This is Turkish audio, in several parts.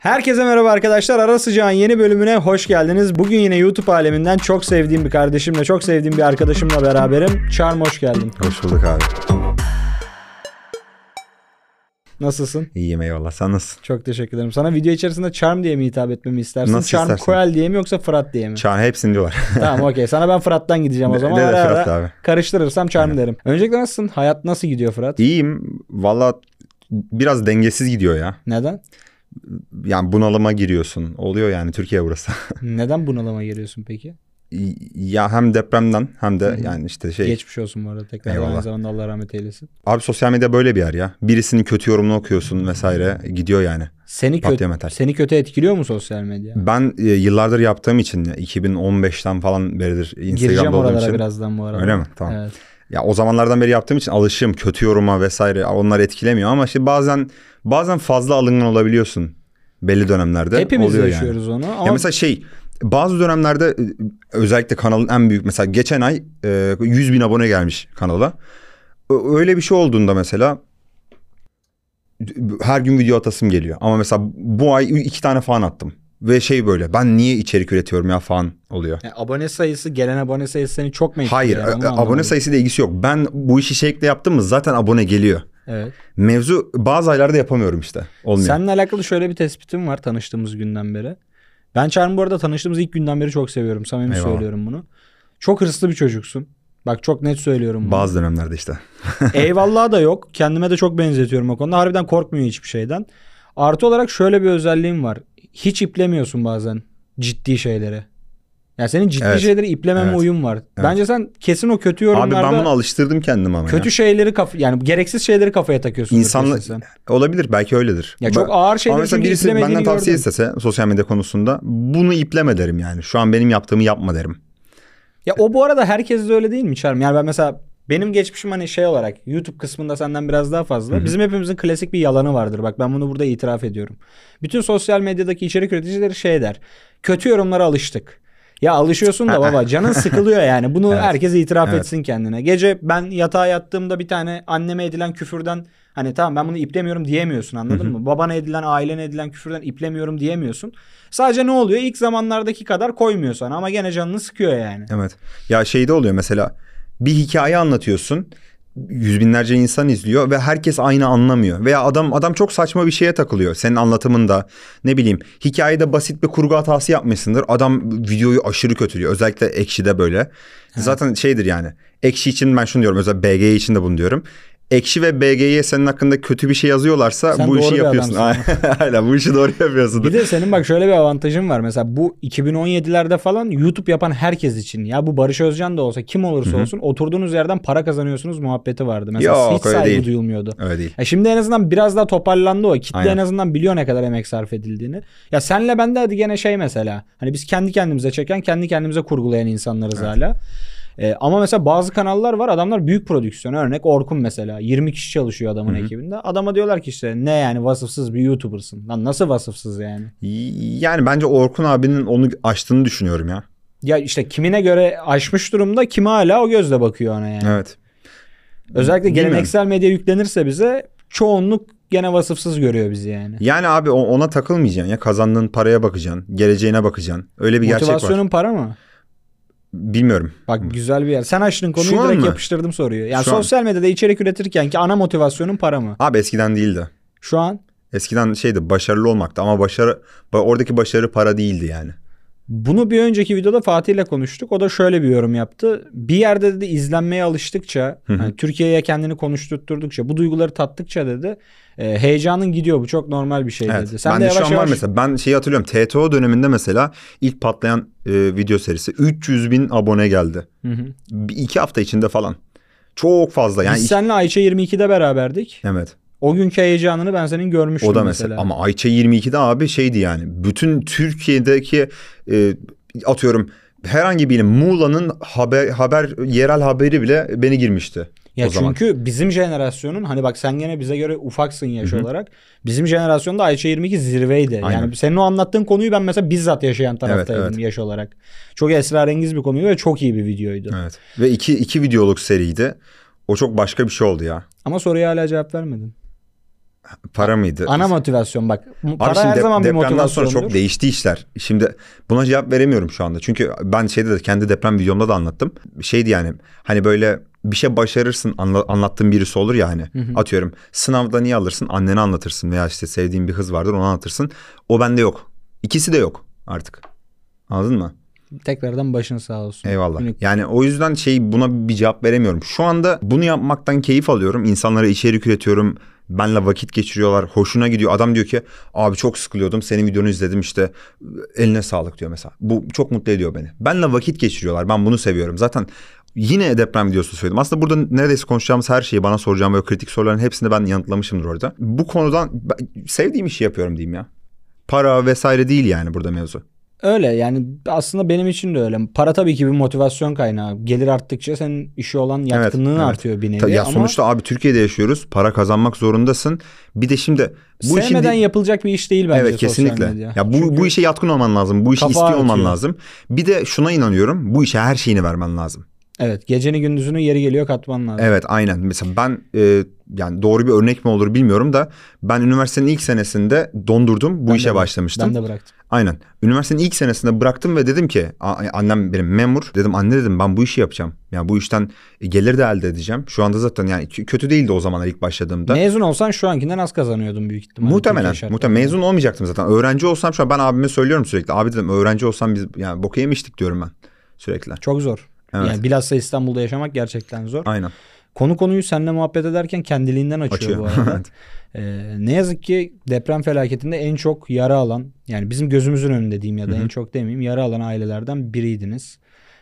Herkese merhaba arkadaşlar. Ara Sıcağın yeni bölümüne hoş geldiniz. Bugün yine YouTube aleminden çok sevdiğim bir kardeşimle, çok sevdiğim bir arkadaşımla beraberim. Charm, hoş geldin. Hoş bulduk abi. Nasılsın? İyiyim eyvallah. Sen nasılsın? Çok teşekkür ederim. Sana video içerisinde Charm diye mi hitap etmemi istersin? Nasıl Charm istersin? Coel diye mi yoksa Fırat diye mi? Charm hepsinde var. Tamam, okey. Sana ben Fırat'tan gideceğim o zaman. De Ara Fırat ara abi. karıştırırsam Charm derim. Öncelikle nasılsın? Hayat nasıl gidiyor Fırat? İyiyim. Valla biraz dengesiz gidiyor ya. Neden? Yani bunalıma giriyorsun. Oluyor yani Türkiye burası. Neden bunalıma giriyorsun peki? Ya hem depremden hem de yani işte şey. Geçmiş olsun bu arada tekrar. Eyvallah. Aynı zamanda Allah rahmet eylesin. Abi sosyal medya böyle bir yer ya. Birisinin kötü yorumunu okuyorsun vesaire. Gidiyor yani. Seni kötü etkiliyor mu sosyal medya? Ben yıllardır yaptığım için 2015'ten falan beridir Gireceğim Instagram'da olduğum oralara için. birazdan bu arada. Öyle mi? Tamam. Evet. Ya o zamanlardan beri yaptığım için alışığım kötü yoruma vesaire, onlar etkilemiyor ama işte bazen fazla alıngan olabiliyorsun belli dönemlerde. Hepimiz oluyor yaşıyoruz yani. onu ama Ya mesela bazı dönemlerde özellikle kanalın en büyük, mesela geçen ay 100.000 abone gelmiş kanala. Öyle bir şey olduğunda mesela her gün video atasım geliyor ama mesela bu ay 2 tane falan attım. Ve böyle, ben niye içerik üretiyorum ya falan oluyor. yani gelen abone sayısı seni çok mu etkiliyor? Hayır, Yani? abone sayısıyla ilgisi yok. Ben bu işi şekilde yaptım mı zaten abone geliyor. Evet. Mevzu bazı aylarda yapamıyorum işte. Olmuyor. Seninle alakalı şöyle bir tespitim var tanıştığımız günden beri. Ben Charm'ı bu arada tanıştığımız ilk günden beri çok seviyorum. Samimi Eyvallah. söylüyorum bunu. Çok hırslı bir çocuksun. Bak çok net söylüyorum bunu. Bazı dönemlerde işte. Eyvallah da yok. Kendime de çok benzetiyorum o konuda. Harbiden korkmuyor hiçbir şeyden. Artı olarak şöyle bir özelliğim var. Hiç iplemiyorsun bazen ciddi şeyleri. Ya senin ciddi şeyleri iplememe uyum var. Bence sen kesin o kötü yorumlarda... Abi ben bunu alıştırdım kendime ama kötü şeyleri yani gereksiz şeyleri kafaya takıyorsun. İnsanlar olabilir, belki öyledir. Ya çok ağır şeyleri ama mesela birisi benden tavsiye istese sosyal medya konusunda bunu ipleme derim yani. Şu an benim yaptığımı yapma derim. Ya o bu arada herkes de öyle değil mi Çarm? Yani ben mesela benim geçmişim hani şey olarak YouTube kısmında senden biraz daha fazla. Hı-hı. Bizim hepimizin klasik bir yalanı vardır. Bak ben bunu burada itiraf ediyorum. Bütün sosyal medyadaki içerik üreticileri şey der. Kötü yorumlara alıştık. Ya alışıyorsun da baba canın sıkılıyor yani. Bunu herkes itiraf etsin kendine. Gece ben yatağa yattığımda bir tane anneme edilen küfürden hani tamam ben bunu iplemiyorum diyemiyorsun, anladın mı? Babana edilen, ailene edilen küfürden iplemiyorum diyemiyorsun. Sadece ne oluyor? İlk zamanlardaki kadar koymuyor sana ama gene canını sıkıyor yani. Evet. Ya şeyde oluyor mesela, bir hikaye anlatıyorsun. Yüz binlerce insan izliyor ve herkes aynı anlamıyor. Veya adam çok saçma bir şeye takılıyor. Senin anlatımında ne bileyim hikayede basit bir kurgu hatası yapmışsındır. Adam videoyu aşırı kötülüyor. Özellikle Ekşi'de böyle. Evet. Zaten şeydir yani. Ekşi için ben şunu diyorum. Özellikle BG için de bunu diyorum. Ekşi ve BG'ye senin hakkında kötü bir şey yazıyorlarsa sen bu işi yapıyorsun. Aynen, bu işi doğru yapıyorsun. Bir de senin bak şöyle bir avantajın var. Mesela bu 2017'lerde falan YouTube yapan herkes için. Ya bu Barış Özcan da olsa kim olursa olsun oturduğunuz yerden para kazanıyorsunuz muhabbeti vardı. Mesela yok, hiç saygı duyulmuyordu. Öyle değil. Ya şimdi en azından biraz daha toparlandı o. Kitle en azından biliyor ne kadar emek sarf edildiğini. Ya senle bende hadi gene şey mesela. Hani biz kendi kendimize çeken, kendi kendimize kurgulayan insanlarız hala. Ama mesela bazı kanallar var, adamlar büyük prodüksiyon, örnek Orkun mesela 20 kişi çalışıyor adamın ekibinde. Adama diyorlar ki işte ne yani vasıfsız bir YouTuber'sın. Lan nasıl vasıfsız yani? Yani bence Orkun abinin onu aştığını düşünüyorum ya. Ya işte kimine göre aşmış durumda, kimi hala o gözle bakıyor ona yani. Evet. Özellikle geleneksel medya yüklenirse bize çoğunluk gene vasıfsız görüyor bizi yani. Yani abi ona takılmayacaksın ya, kazandığın paraya bakacaksın, geleceğine bakacaksın. Öyle bir gerçek var. Motivasyonun para mı? Bilmiyorum. Bak güzel bir yer. Sen açtın konuyu, direkt yapıştırdım soruyu. Yani sosyal medyada içerik üretirken ki ana motivasyonun para mı? Abi eskiden değildi. Şu an? Eskiden başarılı olmaktı ama oradaki başarı para değildi yani. Bunu bir önceki videoda Fatih ile konuştuk. O da şöyle bir yorum yaptı. Bir yerde dedi izlenmeye alıştıkça, yani Türkiye'ye kendini konuşturtturdukça, bu duyguları tattıkça dedi heyecanın gidiyor. Bu çok normal bir şey dedi. Sen ben de şu an var mesela. Ben hatırlıyorum. TTO döneminde mesela ilk patlayan video serisi 300.000 abone geldi. 2 hafta içinde falan. Çok fazla. Yani biz seninle Ayça 22'de beraberdik. Evet. O günkü heyecanını ben senin görmüştüm o da mesela. Ama Ayça 22'de abi şeydi yani. Bütün Türkiye'deki atıyorum herhangi bir Muğla'nın yerel haberi bile beni girmişti. Ya çünkü bizim jenerasyonun, hani bak sen gene bize göre ufaksın yaş olarak. Bizim jenerasyonda Ayça 22 zirveydi. Aynen. Yani senin o anlattığın konuyu ben mesela bizzat yaşayan taraftaydım yaş olarak. Çok esrarengiz bir konuydu ve çok iyi bir videoydu. Evet. Ve iki videoluk seriydi. O çok başka bir şey oldu ya. Ama soruya hala cevap vermedin. Para mıydı? Ana motivasyon bak. Abi Para şimdi her zaman bir depremden sonra motivasyondur. çok değişti işler. Şimdi buna cevap veremiyorum şu anda. Çünkü ben şeyde de kendi deprem videomda da anlattım. Şeydi yani hani böyle bir şey başarırsın anlattığın birisi olur ya hani. Atıyorum sınavda niye alırsın? Annene anlatırsın veya işte sevdiğin bir kız vardır onu anlatırsın. O bende yok. İkisi de yok artık. Anladın mı? Tekrardan başın sağ olsun. Eyvallah. Yani o yüzden buna bir cevap veremiyorum. Şu anda bunu yapmaktan keyif alıyorum. İnsanlara içerik üretiyorum. Benle vakit geçiriyorlar. Hoşuna gidiyor. Adam diyor ki abi çok sıkılıyordum. Senin videonu izledim işte. Eline sağlık diyor mesela. Bu çok mutlu ediyor beni. Benle vakit geçiriyorlar. Ben bunu seviyorum. Zaten yine deprem videosu söyledim. Aslında burada neredeyse konuşacağımız her şeyi bana soracağım ve kritik soruların hepsini ben yanıtlamışımdır orada. Bu konudan sevdiğim işi yapıyorum diyeyim ya. Para vesaire değil yani burada mevzu. Öyle yani aslında benim için de öyle. Para tabii ki bir motivasyon kaynağı. Gelir arttıkça senin işi olan yatkınlığın artıyor bir nevi. Ya ama sonuçta abi Türkiye'de yaşıyoruz. Para kazanmak zorundasın. Bir de şimdi bu sevmeden yapılacak bir iş değil bence evet, sosyal kesinlikle. medya. Ya bu işe yatkın olman lazım. Bu işi kafa istiyor olman atıyor. lazım. Bir de şuna inanıyorum. Bu işe her şeyini vermen lazım. Evet, geceni gündüzünü yeri geliyor katman lazım. Evet, aynen. Mesela ben yani doğru bir örnek mi olur bilmiyorum da ben üniversitenin ilk senesinde dondurdum. Bu işe başlamıştım. Ben de bıraktım. Aynen. Üniversitenin ilk senesinde bıraktım ve dedim ki annem benim memur. Dedim anne dedim ben bu işi yapacağım. Yani bu işten gelir de elde edeceğim. Şu anda zaten yani kötü değildi o zamanlar ilk başladığımda. Mezun olsan şu ankinden az kazanıyordun büyük ihtimalle. Muhtemelen mezun olmayacaktım zaten. Öğrenci olsam şu an ben abime söylüyorum sürekli. Abi dedim öğrenci olsam biz yani boku yemiştik diyorum ben sürekli. Çok zor. Evet. Yani bilhassa İstanbul'da yaşamak gerçekten zor. Aynen. Konuyu seninle muhabbet ederken kendiliğinden açıyor bu arada. Ne yazık ki deprem felaketinde en çok yara alan, yani bizim gözümüzün önünde diyeyim ya da en çok demeyeyim, yara alan ailelerden biriydiniz.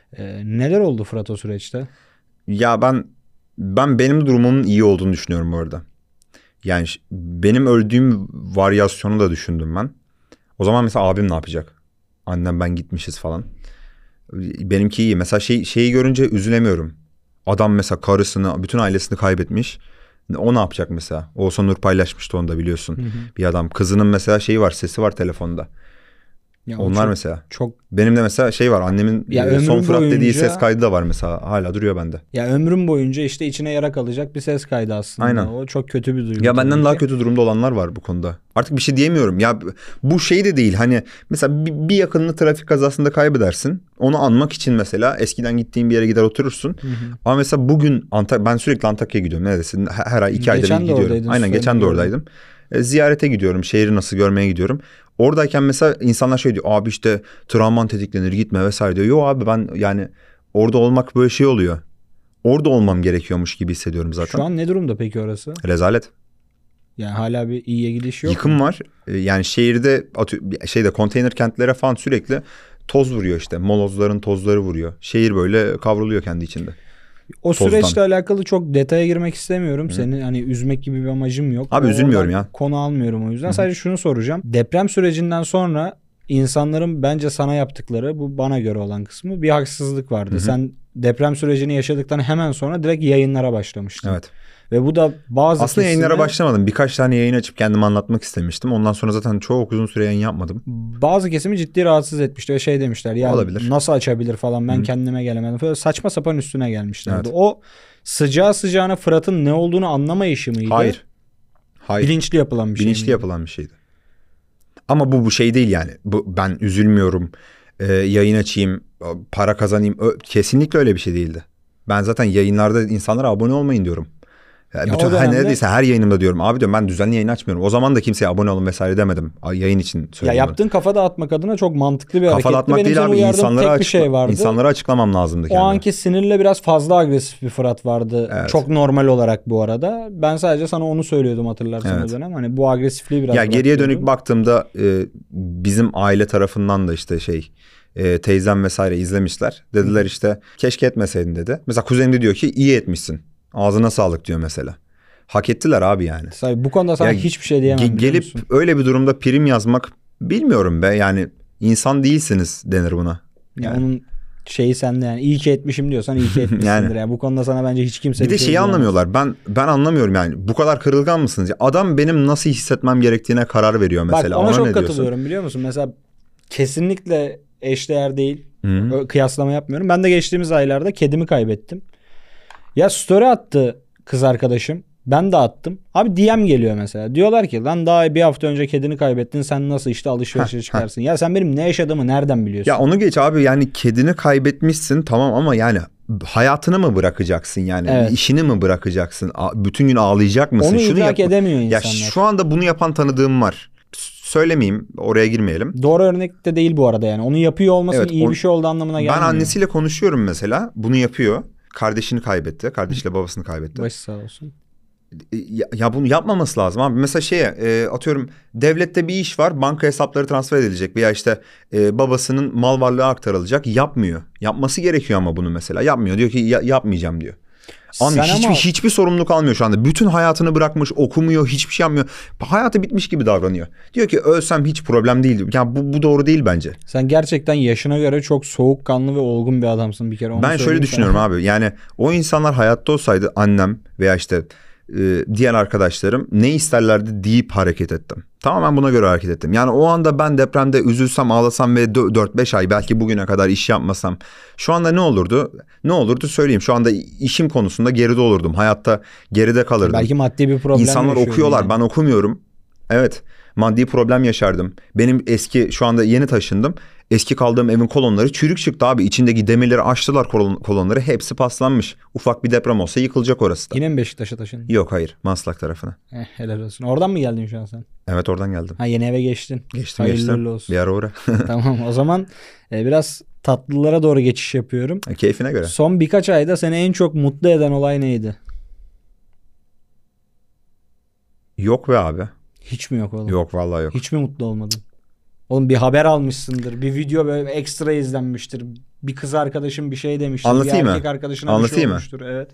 Neler oldu Fırat o süreçte? Ya benim durumumun iyi olduğunu düşünüyorum bu arada. Yani benim öldüğüm varyasyonu da düşündüm ben. O zaman mesela abim ne yapacak? Annem ben gitmişiz falan. Benimki iyi. Mesela şeyi görünce üzülemiyorum. Adam mesela karısını, bütün ailesini kaybetmiş. O ne yapacak mesela? Oğuzhan Nur paylaşmıştı onu da biliyorsun. Bir adam. Kızının mesela sesi var telefonda. Ya onlar mesela. Çok. Benim de mesela var. Annemin son Fırat dediği ses kaydı da var mesela. Hala duruyor bende. Ya ömrüm boyunca işte içine yara kalacak bir ses kaydı aslında. Aynen. O çok kötü bir duygu. Ya benden daha kötü durumda olanlar var bu konuda. Artık bir şey diyemiyorum. Ya bu şey de değil. Hani mesela bir yakınını trafik kazasında kaybedersin. Onu anmak için mesela eskiden gittiğin bir yere gider oturursun. Ama mesela bugün ben sürekli Antakya'ya gidiyorum. Neredesin? Her ay 2 ayda bir gidiyorum. Aynen geçen de oradaydım. Ziyarete gidiyorum. Şehri nasıl görmeye gidiyorum. Oradayken mesela insanlar şey diyor. Abi işte travman tetiklenir gitme vesaire diyor. Yo abi ben yani orada olmak böyle şey oluyor. Orada olmam gerekiyormuş gibi hissediyorum zaten. Şu an ne durumda peki orası? Rezalet. Yani hala bir iyiye gidiş yok. Yıkım var. Yani şehirde konteyner kentlere falan sürekli toz vuruyor işte. Molozların tozları vuruyor. Şehir böyle kavruluyor kendi içinde. O süreçle alakalı çok detaya girmek istemiyorum. Seni hani üzmek gibi bir amacım yok. Abi üzülmüyorum ya. Konu almıyorum o yüzden. Sadece şunu soracağım. Deprem sürecinden sonra insanların bence sana yaptıkları, bu bana göre olan kısmı, bir haksızlık vardı. Sen deprem sürecini yaşadıktan hemen sonra direkt yayınlara başlamıştın. Evet. Ve bu da aslında yayınlara başlamadım. Birkaç tane yayın açıp kendimi anlatmak istemiştim. Ondan sonra zaten çok uzun süre yayın yapmadım. Bazı kesimi ciddi rahatsız etmişti ve şey demişler. Ya olabilir. Nasıl açabilir falan, ben kendime gelemedim. Böyle saçma sapan üstüne gelmişlerdi. Evet. O sıcağına Fırat'ın ne olduğunu anlamayışı mıydı? Hayır. Bilinçli yapılan bir şey Bilinçli yapılan bir şeydi. Ama bu şey değil yani. Ben üzülmüyorum. Yayın açayım. Para kazanayım. Kesinlikle öyle bir şey değildi. Ben zaten yayınlarda insanlara abone olmayın diyorum. Neredeyse her yayınımda diyorum. Abi diyorum ben düzenli yayın açmıyorum. O zaman da kimseye abone olun vesaire demedim. Yayın için söyledim. Ya yaptığın kafa dağıtmak adına çok mantıklı bir hareketti. Kafa dağıtmak değil abi. İnsanlara açıklamam lazımdı kendime. O anki sinirle biraz fazla agresif bir Fırat vardı. Evet. Çok normal olarak bu arada. Ben sadece sana onu söylüyordum, hatırlarsan o dönem. Hani bu agresifliği biraz... Ya geriye dönük baktığımda bizim aile tarafından da işte teyzem vesaire izlemişler. Dediler işte keşke etmeseydin dedi. Mesela kuzenim de diyor ki iyi etmişsin. Ağzına sağlık diyor mesela. Hak ettiler abi yani. Bu konuda sana hiçbir şey diyemem. Gelip öyle bir durumda prim yazmak bilmiyorum be. Yani insan değilsiniz denir buna. Yani onun şeyi sende yani. İyi ki etmişim diyorsan iyi ki etmişsindir. yani bu konuda sana bence hiç kimse bir de şeyi anlamıyorlar. Ben anlamıyorum yani. Bu kadar kırılgan mısınız? Adam benim nasıl hissetmem gerektiğine karar veriyor mesela. Bak ona çok katılıyorum biliyor musun? Mesela kesinlikle eşdeğer değil. Kıyaslama yapmıyorum. Ben de geçtiğimiz aylarda kedimi kaybettim. Ya story attı kız arkadaşım. Ben de attım. Abi DM geliyor mesela. Diyorlar ki lan daha bir hafta önce kedini kaybettin. Sen nasıl işte alışverişe çıkarsın? Ya sen benim ne yaşadığımı nereden biliyorsun? Ya onu geç abi, yani kedini kaybetmişsin tamam ama yani hayatını mı bırakacaksın yani? Evet. İşini mi bırakacaksın? Bütün gün ağlayacak mısın? Onu Şunu idrak edemiyor Ya insanlar. şu anda bunu yapan tanıdığım var. Söylemeyeyim, oraya girmeyelim. Doğru örnek de değil bu arada yani. Onu yapıyor olması Evet, iyi bir şey olduğu anlamına gelmiyor. Ben annesiyle konuşuyorum mesela. Bunu yapıyor. Kardeşini kaybetti. Kardeşiyle babasını kaybetti. Başı sağ olsun. Ya bunu yapmaması lazım abi. Mesela atıyorum devlette bir iş var. Banka hesapları transfer edilecek veya işte babasının mal varlığı aktarılacak. Yapmıyor. Yapması gerekiyor ama bunu mesela. Yapmıyor. Diyor ki yapmayacağım diyor. Anlıyor. Hiçbir sorumluluk almıyor şu anda. Bütün hayatını bırakmış, okumuyor, hiçbir şey yapmıyor. Hayatı bitmiş gibi davranıyor. Diyor ki ölsem hiç problem değil. Yani bu doğru değil bence. Sen gerçekten yaşına göre çok soğukkanlı ve olgun bir adamsın bir kere. Onu Ben şöyle düşünüyorum abi. Yani o insanlar hayatta olsaydı, annem veya işte diğer arkadaşlarım ne isterlerdi deyip hareket ettim. Tamamen buna göre hareket ettim. Yani o anda ben depremde üzülsem, ağlasam ve 4-5 ay belki bugüne kadar iş yapmasam şu anda ne olurdu? Ne olurdu söyleyeyim. Şu anda işim konusunda geride olurdum. Hayatta geride kalırdım. Belki maddi bir problem İnsanlar okuyorlar. yani. Ben okumuyorum. Evet. Maddi problem yaşardım. Benim şu anda yeni taşındım. Eski kaldığım evin kolonları çürük çıktı abi. İçindeki demirleri açtılar, kolonları. Hepsi paslanmış. Ufak bir deprem olsa yıkılacak orası da. Yine mi Beşiktaş'a taşındın? Yok, hayır. Maslak tarafına. Helal olsun. Oradan mı geldin şu an sen? Evet, oradan geldim. Ha, yeni eve geçtin. Geçtim. Olsun. Bir ara uğra. Tamam, o zaman biraz tatlılara doğru geçiş yapıyorum. Keyfine göre. Son birkaç ayda seni en çok mutlu eden olay neydi? Yok be abi. Hiç mi yok oğlum? Yok, vallahi yok. Hiç mi mutlu olmadın? Oğlum bir haber almışsındır. Bir video böyle ekstra izlenmiştir. Bir kız arkadaşın bir şey demiştir. Anlatayım bir mı? erkek arkadaşına bir Anlatayım şey mı? olmuştur. Evet.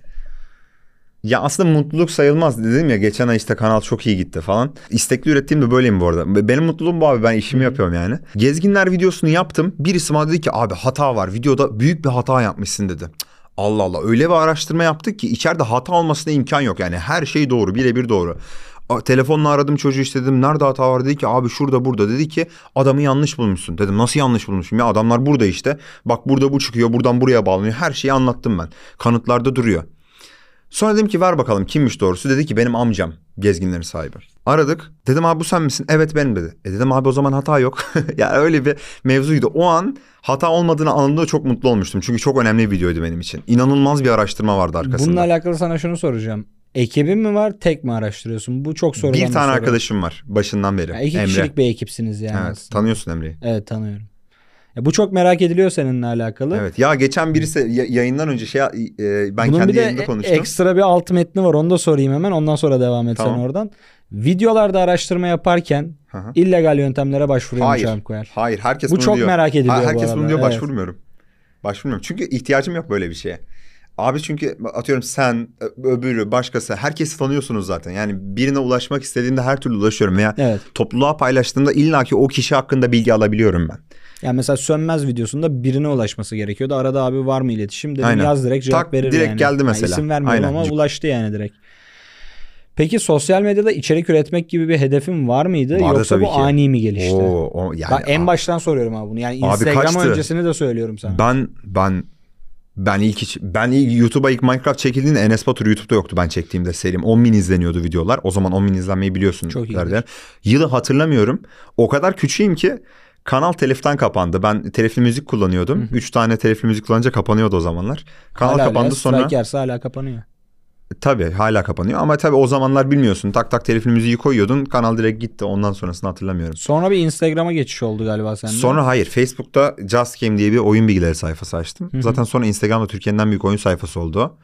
Ya aslında mutluluk sayılmaz, dedim ya geçen ay işte kanal çok iyi gitti falan. İstekli ürettiğim de böyleyim bu arada. Benim mutluluğum bu abi, ben işimi yapıyorum yani. Gezginler videosunu yaptım. Birisi bana dedi ki abi hata var, videoda büyük bir hata yapmışsın dedi. Allah Allah, öyle bir araştırma yaptık ki içeride hata olmasına imkan yok yani, her şey doğru, birebir doğru. Telefonla aradım çocuğu, işte dedim nerede hata var, dedi ki abi şurada burada, dedi ki adamı yanlış bulmuşsun. Dedim nasıl yanlış bulmuşum ya, adamlar burada işte, bak burada bu çıkıyor, buradan buraya bağlanıyor, her şeyi anlattım ben, kanıtlarda duruyor. Sonra dedim ki ver bakalım kimmiş doğrusu, dedi ki benim amcam gezginlerin sahibi. Aradık, dedim abi bu sen misin? Evet benim, dedi. Dedim abi o zaman hata yok. Ya öyle bir mevzuydu. O an hata olmadığını anladığımda çok mutlu olmuştum. Çünkü çok önemli bir videoydu benim için. İnanılmaz bir araştırma vardı arkasında. Bununla alakalı sana şunu soracağım. Ekibin mi var, tek mi araştırıyorsun? Bu çok sorulan bir tane arkadaşım var başından beri. Ya iki Emre. kişilik bir ekipsiniz yani. Evet, aslında. tanıyorsun Emre'yi. Evet, tanıyorum. Bu çok merak ediliyor seninle alakalı. Evet, ya geçen birisi yayından önce ben Bunun kendi bir de yayında konuştum. ekstra bir alt metni var, onu da sorayım hemen, ondan sonra devam et Tamam. sen oradan. Videolarda araştırma yaparken illegal yöntemlere başvuruyor mu Çarmık Koyar? Hayır, herkes bu bunu çok diyor. merak ediliyor bu arada. Herkes bunu diyor, Evet. Başvurmuyorum. Çünkü ihtiyacım yok böyle bir şeye. Abi çünkü atıyorum sen, öbürü, başkası, herkesi tanıyorsunuz zaten. Yani birine ulaşmak istediğimde her türlü ulaşıyorum. Veya topluluğa paylaştığımda illaki o kişi hakkında bilgi alabiliyorum ben. Yani mesela Sönmez videosunda birine ulaşması gerekiyordu. Arada abi var mı iletişim dedim, yaz direkt cevap verir direkt yani. geldi mesela. İsim vermiyorum ama ulaştı yani direkt. Peki sosyal medyada içerik üretmek gibi bir hedefin var mıydı? Vardı, yoksa bu ani mi gelişti? Yani, ben en baştan soruyorum abi bunu. Yani Instagram öncesini de söylüyorum sana. Ben ilk YouTube'a Minecraft çekildiğinde Enes Batur YouTube'da yoktu ben çektiğimde serim. 10.000 izleniyordu videolar. O zaman 10.000 izlenmeyi biliyorsun. Çok iyi. Yılı hatırlamıyorum. O kadar küçüğüm ki kanal teliften kapandı. Ben telifli müzik kullanıyordum. 3 tane telifli müzik kullanınca kapanıyordu o zamanlar. Kanal kapandı sonra. Strike yerse hala kapanıyor. Tabii hala kapanıyor ama tabii o zamanlar bilmiyorsun. Tak tak telifli müziği koyuyordun. Kanal direkt gitti. Ondan sonrasını hatırlamıyorum. Sonra bir Instagram'a geçiş oldu galiba sende. Sonra hayır. Facebook'ta Just Game diye bir oyun bilgileri sayfası açtım. Zaten sonra Instagram'da Türkiye'nin en büyük oyun sayfası oldu.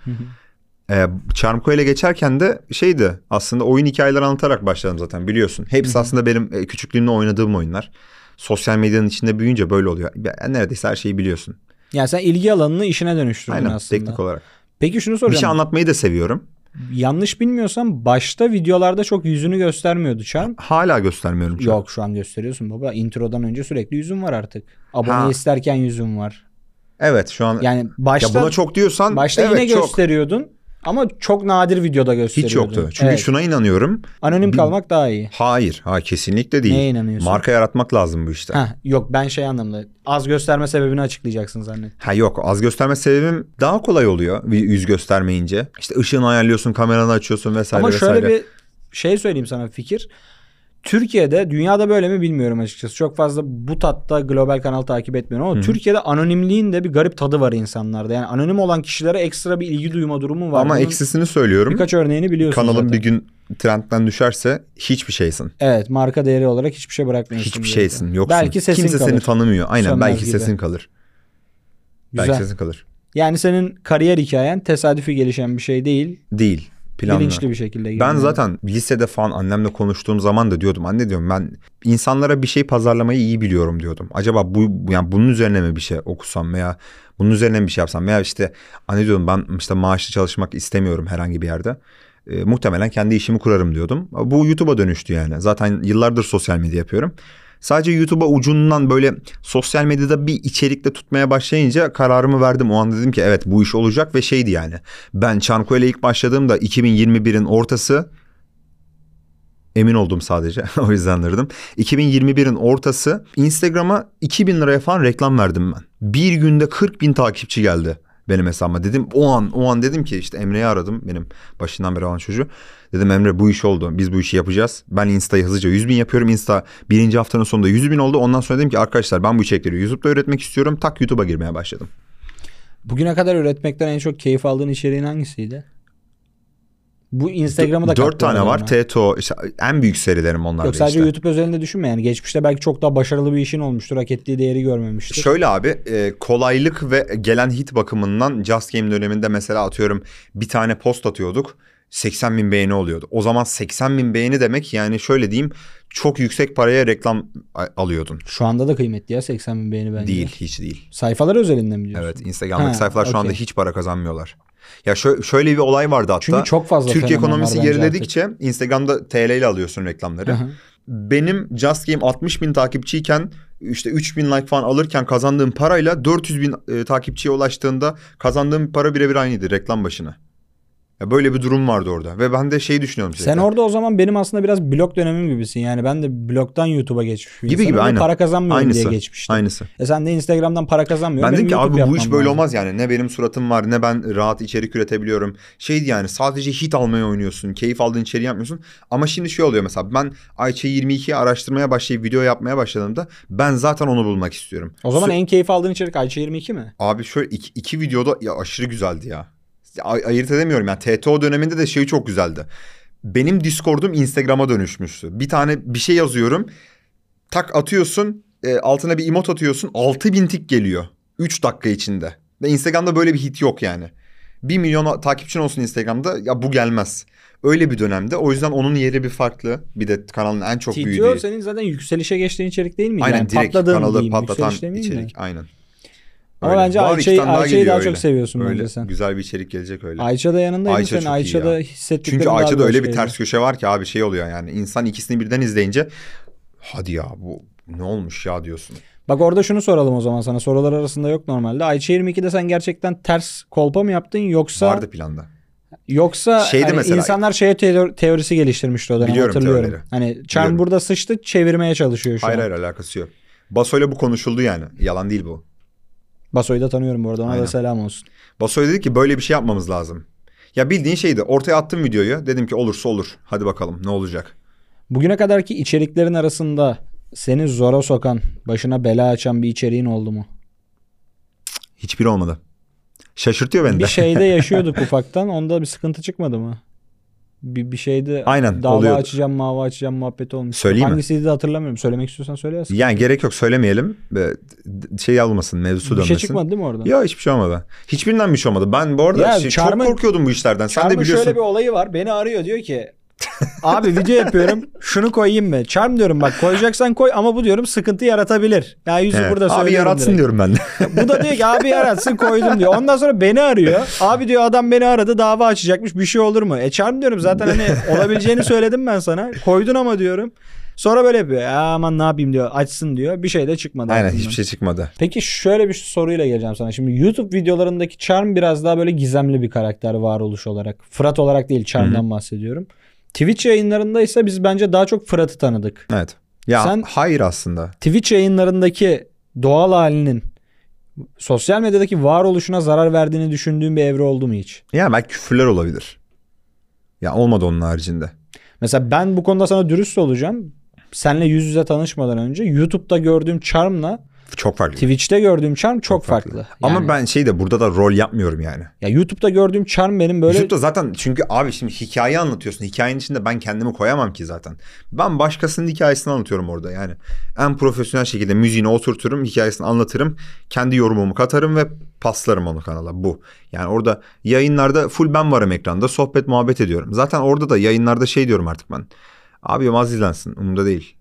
Çarmıko ile geçerken de aslında oyun hikayeleri anlatarak başladım zaten biliyorsun. Hepsi aslında benim küçüklüğümde oynadığım oyunlar. Sosyal medyanın içinde büyüyünce böyle oluyor. Neredeyse her şeyi biliyorsun. Yani sen ilgi alanını işine dönüştürdün aslında. Aynen, teknik olarak. Peki şunu soracağım. Bir şey anlatmayı da seviyorum. Yanlış bilmiyorsam başta videolarda çok yüzünü göstermiyordu Çarm. Hala göstermiyorum. Yok, şu an gösteriyorsun baba. Introdan önce sürekli yüzün var artık. Abone isterken yüzün var. Evet, şu an. Yani başta ya buna çok diyorsan. Başta yine gösteriyordun. Ama çok nadir videoda gösteriyordu. Hiç yoktu. Çünkü şuna inanıyorum. Anonim kalmak daha iyi. Hayır. Kesinlikle değil. Neye inanıyorsun? Marka yaratmak lazım bu işte. Yok ben şey anlamda. Az gösterme sebebini açıklayacaksın zannet. Yok, az gösterme sebebim daha kolay oluyor yüz göstermeyince. İşte ışığını ayarlıyorsun, kameranı açıyorsun vesaire Ama vesaire. şöyle bir şey söyleyeyim sana fikir. Türkiye'de, dünyada böyle mi bilmiyorum açıkçası. Çok fazla bu tatta global kanal takip etmiyorum ama Türkiye'de anonimliğin de bir garip tadı var insanlarda. Yani anonim olan kişilere ekstra bir ilgi duyma durumu var. Ama Bunun eksisini söylüyorum. birkaç örneğini biliyorsun Kanalın zaten. bir gün trendden düşerse hiçbir şeysin. Evet, marka değeri olarak hiçbir şey bırakmıyorsun. Hiçbir şeysin. Yoksun. Belki sesin Kimse kalır. seni tanımıyor. Aynen, Sönmez belki gibi. sesin kalır. Güzel. Belki sesin kalır. Yani senin kariyer hikayen tesadüfi gelişen bir şey değil. Değil. Planlı. Bilinçli bir şekilde. Ben girdin. zaten lisede falan annemle konuştuğum zaman da diyordum. Anne diyorum, ben insanlara bir şey pazarlamayı iyi biliyorum diyordum. Acaba yani bunun üzerine mi bir şey okusam veya bunun üzerine mi bir şey yapsam veya işte anne diyordum, ben işte maaşlı çalışmak istemiyorum herhangi bir yerde. Muhtemelen kendi işimi kurarım diyordum. Bu YouTube'a dönüştü yani. Zaten yıllardır sosyal medya yapıyorum. Sadece YouTube'a ucundan böyle sosyal medyada bir içerikle tutmaya başlayınca kararımı verdim. O anda dedim ki evet, bu iş olacak ve şeydi yani. Ben Çanko'yla ilk başladığımda 2021'in ortası, emin oldum sadece o yüzden dedim. 2021'in ortası Instagram'a 2000 liraya falan reklam verdim ben. Bir günde 40.000 takipçi geldi benim hesabıma. Dedim o an dedim ki işte Emre'yi aradım, benim başından beri olan çocuğu. Dedim Emre, bu iş oldu. Biz bu işi yapacağız. Ben Insta'yı hızlıca 100.000 yapıyorum. Insta birinci haftanın sonunda 100.000 oldu. Ondan sonra dedim ki arkadaşlar, ben bu içerikleri YouTube'da üretmek istiyorum. Tak YouTube'a girmeye başladım. Bugüne kadar üretmekten en çok keyif aldığın içeriğin hangisiydi? Bu Instagram'ı da 4 tane var. ona. TETO, işte en büyük serilerim onlar. Yok, sadece işte. YouTube özelinde düşünme yani. Geçmişte belki çok daha başarılı bir işin olmuştur. Hak ettiği değeri görmemiştir. Şöyle abi, kolaylık ve gelen hit bakımından Just Game döneminde mesela atıyorum bir tane post atıyorduk. 80.000 beğeni oluyordu. O zaman 80.000 beğeni demek yani, şöyle diyeyim, çok yüksek paraya reklam alıyordun. Şu anda da kıymetli ya 80.000 beğeni bence. Değil, hiç değil. Sayfalar özelinde mi diyorsun? Evet, Instagram'daki sayfalar şu anda hiç para kazanmıyorlar. Ya şöyle bir olay vardı hatta. Çünkü çok fazla Türk ekonomisi var geriledikçe Instagram'da TL ile alıyorsun reklamları. Hı hı. Benim Just Game 60.000 takipçiyken işte 3.000 like falan alırken kazandığım parayla 400.000 takipçiye ulaştığında kazandığım para birebir aynıydı reklam başına. Ya böyle bir durum vardı orada ve ben de şey düşünüyorum. Sen orada o zaman benim aslında biraz blog dönemim gibisin. Yani ben de blogdan YouTube'a geçmiş bir gibi insanım. aynen. Para kazanmıyorum Aynısı, diye geçmiştim. Aynısı. Sen de Instagram'dan para kazanmıyorum. Ben dedim ki abi bu iş böyle lazım. olmaz yani. Ne benim suratım var, ne ben rahat içerik üretebiliyorum. Şeydi yani, sadece hit almaya oynuyorsun. Keyif aldığın içeriği yapmıyorsun. Ama şimdi şey oluyor mesela, ben Ayça 22'yi araştırmaya başlayıp video yapmaya başladığımda ben zaten onu bulmak istiyorum. O zaman en keyif aldığın içerik Ayça 22 mi? Abi şöyle iki videoda ya aşırı güzeldi ya. Ayırt edemiyorum yani. TTO döneminde de şey çok güzeldi. Benim Discord'um Instagram'a dönüşmüştü. Bir tane bir şey yazıyorum. Tak atıyorsun. Altına bir emot atıyorsun. 6.000 tik geliyor. 3 dakika içinde. Ve Instagram'da böyle bir hit yok yani. 1 milyon takipçin olsun Instagram'da, ya bu gelmez. Öyle bir dönemde. O yüzden onun yeri bir farklı. Bir de kanalın en çok büyüdüğü. TTO senin zaten yükselişe geçtiğin içerik değil mi? Aynen, yani direkt kanalı patlatan içerik. Aynen. Ama Öyle. bence Ayça'yı daha çok seviyorsun öyle. bence sen. Güzel bir içerik gelecek öyle. Ayça da yanındaydın Ayça sen. Ayça'da hissettiklerin Çünkü daha Ayça'da öyle bir şeydi. ters köşe var ki abi, şey oluyor yani. İnsan ikisini birden izleyince hadi ya bu ne olmuş ya diyorsun. Bak orada şunu soralım o zaman sana. Sorular arasında yok normalde. Ayça 22'de sen gerçekten ters kolpa mı yaptın yoksa? Vardı planda. Yoksa hani mesela, insanlar teorisi geliştirmişti o dönem, biliyorum hatırlıyorum. teorileri. Hani Charm burada sıçtı, çevirmeye çalışıyor şu an. Hayır alakası yok. Baso'yla bu konuşuldu yani. Yalan değil bu. Baso'yu da tanıyorum bu arada, ona Aynen. da selam olsun. Baso'ya dedi ki böyle bir şey yapmamız lazım. Ya bildiğin şeydi, ortaya attım videoyu. Dedim ki olursa olur. Hadi bakalım ne olacak. Bugüne kadarki içeriklerin arasında seni zora sokan, başına bela açan bir içeriğin oldu mu? Hiçbiri olmadı. Şaşırtıyor beni de. Bir şeyde yaşıyorduk ufaktan, onda bir sıkıntı çıkmadı mı? Bir şeyde Aynen, dava oluyordu. açacağım muhabbeti olmuş. Söyleyeyim mi? Hangisiydi de hatırlamıyorum. Söylemek istiyorsan söyle ya. Yani gerek yok, söylemeyelim. Şey almasın, mevzusu Bir dönmesin. şey çıkmadı değil mi orada? Ya hiçbir şey olmadı. Hiçbirinden bir şey olmadı. Ben bu arada çok korkuyordum bu işlerden. Sen de Charm'ın biliyorsun. şöyle bir olayı var. Beni arıyor, diyor ki abi video yapıyorum, şunu koyayım mı? Charm diyorum, bak koyacaksan koy ama bu diyorum sıkıntı yaratabilir. Ya yüzü burada söylüyorum. Abi yaratsın direkt diyorum ben de. Bu da diyor ki abi yaratsın, koydum diyor. Ondan sonra beni arıyor. Abi diyor adam beni aradı, dava açacakmış, bir şey olur mu? Charm diyorum zaten hani olabileceğini söyledim ben sana. Koydun ama diyorum. Sonra böyle yapıyor. Ya aman ne yapayım diyor. Açsın diyor. Bir şey de çıkmadı. Aynen, aklından. hiçbir şey çıkmadı. Peki şöyle bir soruyla geleceğim sana. Şimdi YouTube videolarındaki Charm biraz daha böyle gizemli bir karakter varoluş olarak. Fırat olarak değil, Charm'dan bahsediyorum. Twitch yayınlarında ise biz bence daha çok Fırat'ı tanıdık. Evet. Ya Sen hayır aslında. Twitch yayınlarındaki doğal halinin sosyal medyadaki varoluşuna zarar verdiğini düşündüğün bir evre oldu mu hiç? Ya belki küfürler olabilir. Ya olmadı onun haricinde. Mesela ben bu konuda sana dürüst olacağım. Seninle yüz yüze tanışmadan önce YouTube'da gördüğüm Charm'la Çok farklı. Twitch'te gördüğüm Charm çok farklı. Ama Yani, ben burada da rol yapmıyorum yani. ya YouTube'da gördüğüm Charm benim böyle YouTube'da zaten çünkü abi şimdi hikaye anlatıyorsun. Hikayenin içinde ben kendimi koyamam ki zaten. Ben başkasının hikayesini anlatıyorum orada yani. En profesyonel şekilde müziğini oturturum, hikayesini anlatırım. Kendi yorumumu katarım ve paslarım onu kanala, bu. Yani orada yayınlarda full ben varım ekranda, sohbet muhabbet ediyorum. Zaten orada da yayınlarda şey diyorum artık ben. Abi az izlensin, umurumda değil.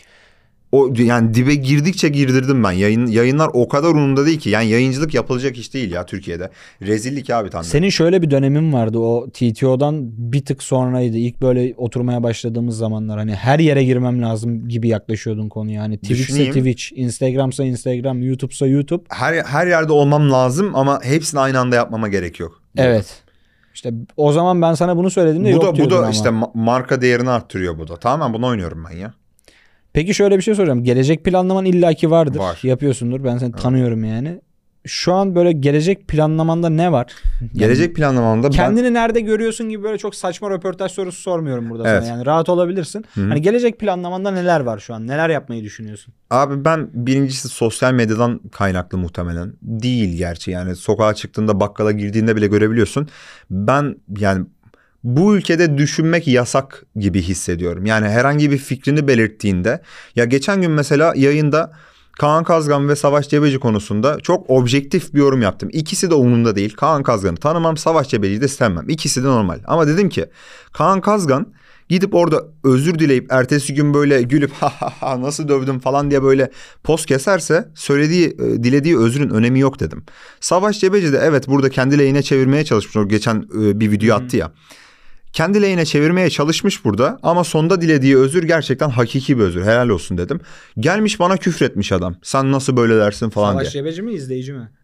O yani dibe girdikçe girdirdim ben. Yayınlar o kadar umurumda değil ki. Yani yayıncılık yapılacak iş değil ya Türkiye'de. Rezillik abi tam. Senin şöyle bir dönemin vardı, o TTO'dan bir tık sonraydı. İlk böyle oturmaya başladığımız zamanlar hani her yere girmem lazım gibi yaklaşıyordun konuya. Hani Twitch'se Twitch, Instagram'sa Instagram, YouTube'sa YouTube. Her yerde olmam lazım ama hepsini aynı anda yapmama gerek yok. Evet. İşte o zaman ben sana bunu söylediğimde yok diyordun ama. Bu da işte marka değerini arttırıyor bu da. Tamamen bunu oynuyorum ben ya. Peki şöyle bir şey soracağım. Gelecek planlaman illaki vardır. Var. Yapıyorsundur. Ben seni tanıyorum yani. Şu an böyle gelecek planlamanda ne var? Gelecek planlamamda kendini nerede görüyorsun gibi böyle çok saçma röportaj sorusu sormuyorum burada Evet. sana. Yani rahat olabilirsin. Hı-hı. Hani gelecek planlamanda neler var şu an? Neler yapmayı düşünüyorsun? Abi ben birincisi sosyal medyadan kaynaklı muhtemelen. Değil gerçi yani sokağa çıktığında, bakkala girdiğinde bile görebiliyorsun. Ben yani bu ülkede düşünmek yasak gibi hissediyorum. Yani herhangi bir fikrini belirttiğinde, ya geçen gün mesela yayında Kaan Kazgan ve Savaş Cebeci konusunda çok objektif bir yorum yaptım. İkisi de umurumda değil. Kaan Kazgan'ı tanımam, Savaş Cebeci'yi de sevmem. İkisi de normal. Ama dedim ki Kaan Kazgan gidip orada özür dileyip ertesi gün böyle gülüp ha nasıl dövdüm falan diye böyle poz keserse dilediği özrün önemi yok dedim. Savaş Cebeci de evet burada kendi lehine çevirmeye çalışmış. O geçen bir video attı ya. Kendi lehine çevirmeye çalışmış burada ama sonda dilediği özür gerçekten hakiki bir özür. Helal olsun dedim. Gelmiş bana küfretmiş adam. Sen nasıl böyle dersin falan Savaş diye. Cebeci mi, izleyici mi?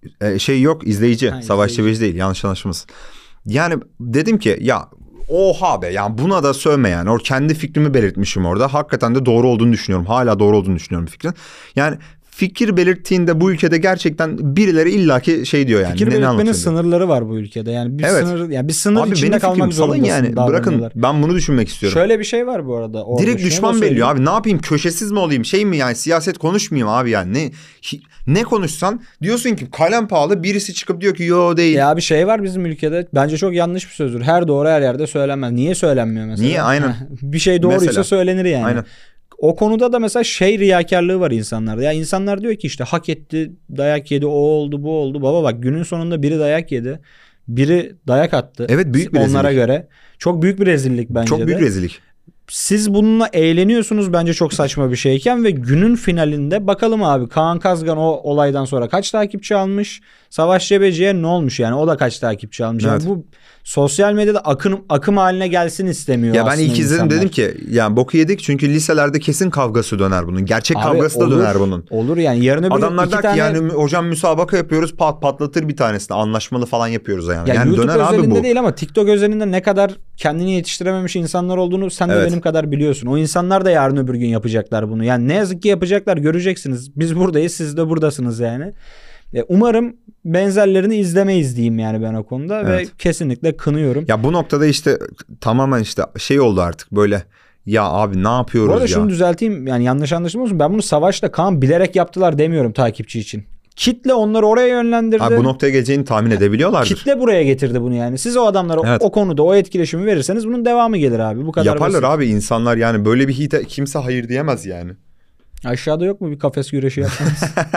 Yok, izleyici. Savaş izleyici. Cebeci değil, yanlış anlaşılmasın. Yani dedim ki ya oha be, yani buna da sövme yani. Kendi fikrimi belirtmişim orada. Hakikaten de doğru olduğunu düşünüyorum. Hala doğru olduğunu düşünüyorum fikrin. Yani fikir belirttiğinde bu ülkede gerçekten birileri illaki şey diyor yani. Fikir belirtmenin sınırları var bu ülkede. Yani bir sınır, yani bir sınır abi içinde kalmak zorundasın. Yani bırakın, ben bunu düşünmek istiyorum. Şöyle bir şey var bu arada. Direkt düşman belliyor abi. Ne yapayım, köşesiz mi olayım, şey mi yani, siyaset konuşmayayım abi yani. Ne konuşsan diyorsun ki kalem pahalı, birisi çıkıp diyor ki yo değil. Ya bir şey var bizim ülkede. Bence çok yanlış bir sözdür. Her doğru her yerde söylenmez. Niye söylenmiyor mesela? Niye? Aynen. Bir şey doğruysa mesela söylenir yani. Aynen. O konuda da mesela riyakarlığı var insanlarda. Ya insanlar diyor ki işte hak etti, dayak yedi, o oldu, bu oldu. Baba bak, günün sonunda biri dayak yedi. Biri dayak attı. Evet, büyük bir onlara rezillik. Göre. Çok büyük bir rezillik bence de. Çok büyük rezillik. Siz bununla eğleniyorsunuz bence çok saçma bir şeyken ve günün finalinde bakalım abi, Kaan Kazgan o olaydan sonra kaç takipçi almış? Savaş Cebeci'ye ne olmuş yani? O da kaç takipçi almış? Evet. Yani bu sosyal medyada akım haline gelsin istemiyor ya ben aslında ilk izledim, insanlar. dedim ki yani boku yedik, çünkü liselerde kesin kavgası döner bunun. Gerçek Abi kavgası da döner bunun. Olur yani, yarın öbür gün Adamlar iki der ki tane... yani hocam müsabaka yapıyoruz, patlatır bir tanesini, anlaşmalı falan yapıyoruz yani. Ya Yani YouTube döner abi özelinde bu. değil ama TikTok özelinde ne kadar kendini yetiştirememiş insanlar olduğunu sen de Evet. benim kadar biliyorsun. O insanlar da yarın öbür gün yapacaklar bunu. Yani ne yazık ki yapacaklar, göreceksiniz. Biz buradayız, siz de buradasınız yani. Umarım benzerlerini izlemeyiz diyeyim yani ben o konuda, Evet. ve kesinlikle kınıyorum. Ya bu noktada işte tamamen işte şey oldu artık böyle, ya abi ne yapıyoruz Bu arada ya. şunu düzelteyim, yani yanlış anlaşılmasın. Ben bunu Savaş'la Kaan bilerek yaptılar demiyorum takipçi için. Kitle onları oraya yönlendirdi. Abi bu noktaya geleceğini tahmin edebiliyorlardır. Kitle buraya getirdi bunu yani. Siz o adamlara Evet. o konuda o etkileşimi verirseniz bunun devamı gelir abi. Bu kadar Yaparlar basit. abi insanlar, yani böyle bir hite kimse hayır diyemez yani. Aşağıda yok mu bir kafes güreşi yapmanız?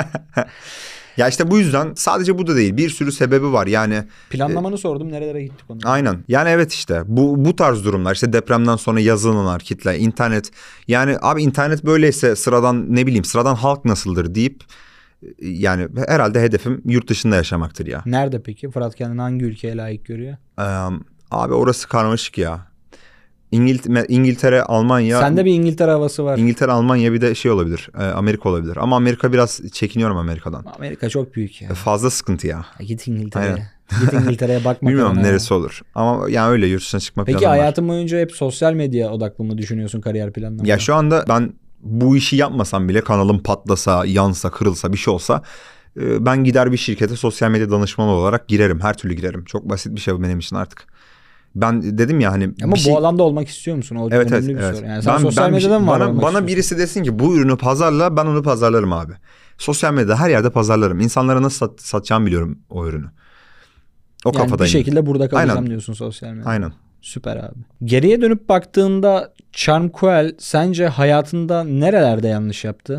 Ya işte bu yüzden sadece bu da değil, bir sürü sebebi var yani. Planlamanı sordum, nerelere gittik onu. Aynen. Yani evet işte bu tarz durumlar, işte depremden sonra yazılanlar, kitle, internet. Yani abi internet böyleyse sıradan halk nasıldır deyip, yani herhalde hedefim yurt dışında yaşamaktır ya. Nerede peki? Fırat kendini hangi ülkeye layık görüyor? Abi orası karmaşık ya. İngiltere, Almanya. Sende bir İngiltere havası var. İngiltere, Almanya, bir de şey olabilir. Amerika olabilir. Ama Amerika, biraz çekiniyorum Amerika'dan. Amerika çok büyük ya. Fazla sıkıntı ya. Git İngiltere'ye. Aynen. Git İngiltere'ye bakma. Bilmiyorum neresi olur. Ama yani öyle yurt dışına çıkma planım Peki var. hayatın boyunca hep sosyal medya odaklı mı düşünüyorsun kariyer planlarında? Ya şu anda ben bu işi yapmasam bile, kanalım patlasa, yansa, kırılsa, bir şey olsa, ben gider bir şirkete sosyal medya danışmanı olarak girerim. Her türlü girerim. Çok basit bir şey bu benim için artık. Ben dedim ya hani ama bu alanda olmak istiyor musun? O evet, önemli bir evet. soru. Yani sen sosyal medyada mı var? Bana birisi desin ki bu ürünü pazarla, ben onu pazarlarım abi. Sosyal medyada her yerde pazarlarım. İnsanlara nasıl satacağımı biliyorum o ürünü. O yani kafadayım. bir şekilde burada kalacağım Aynen. diyorsun sosyal medyada. Aynen. Süper abi. Geriye dönüp baktığında Charm Coel sence hayatında nerelerde yanlış yaptı?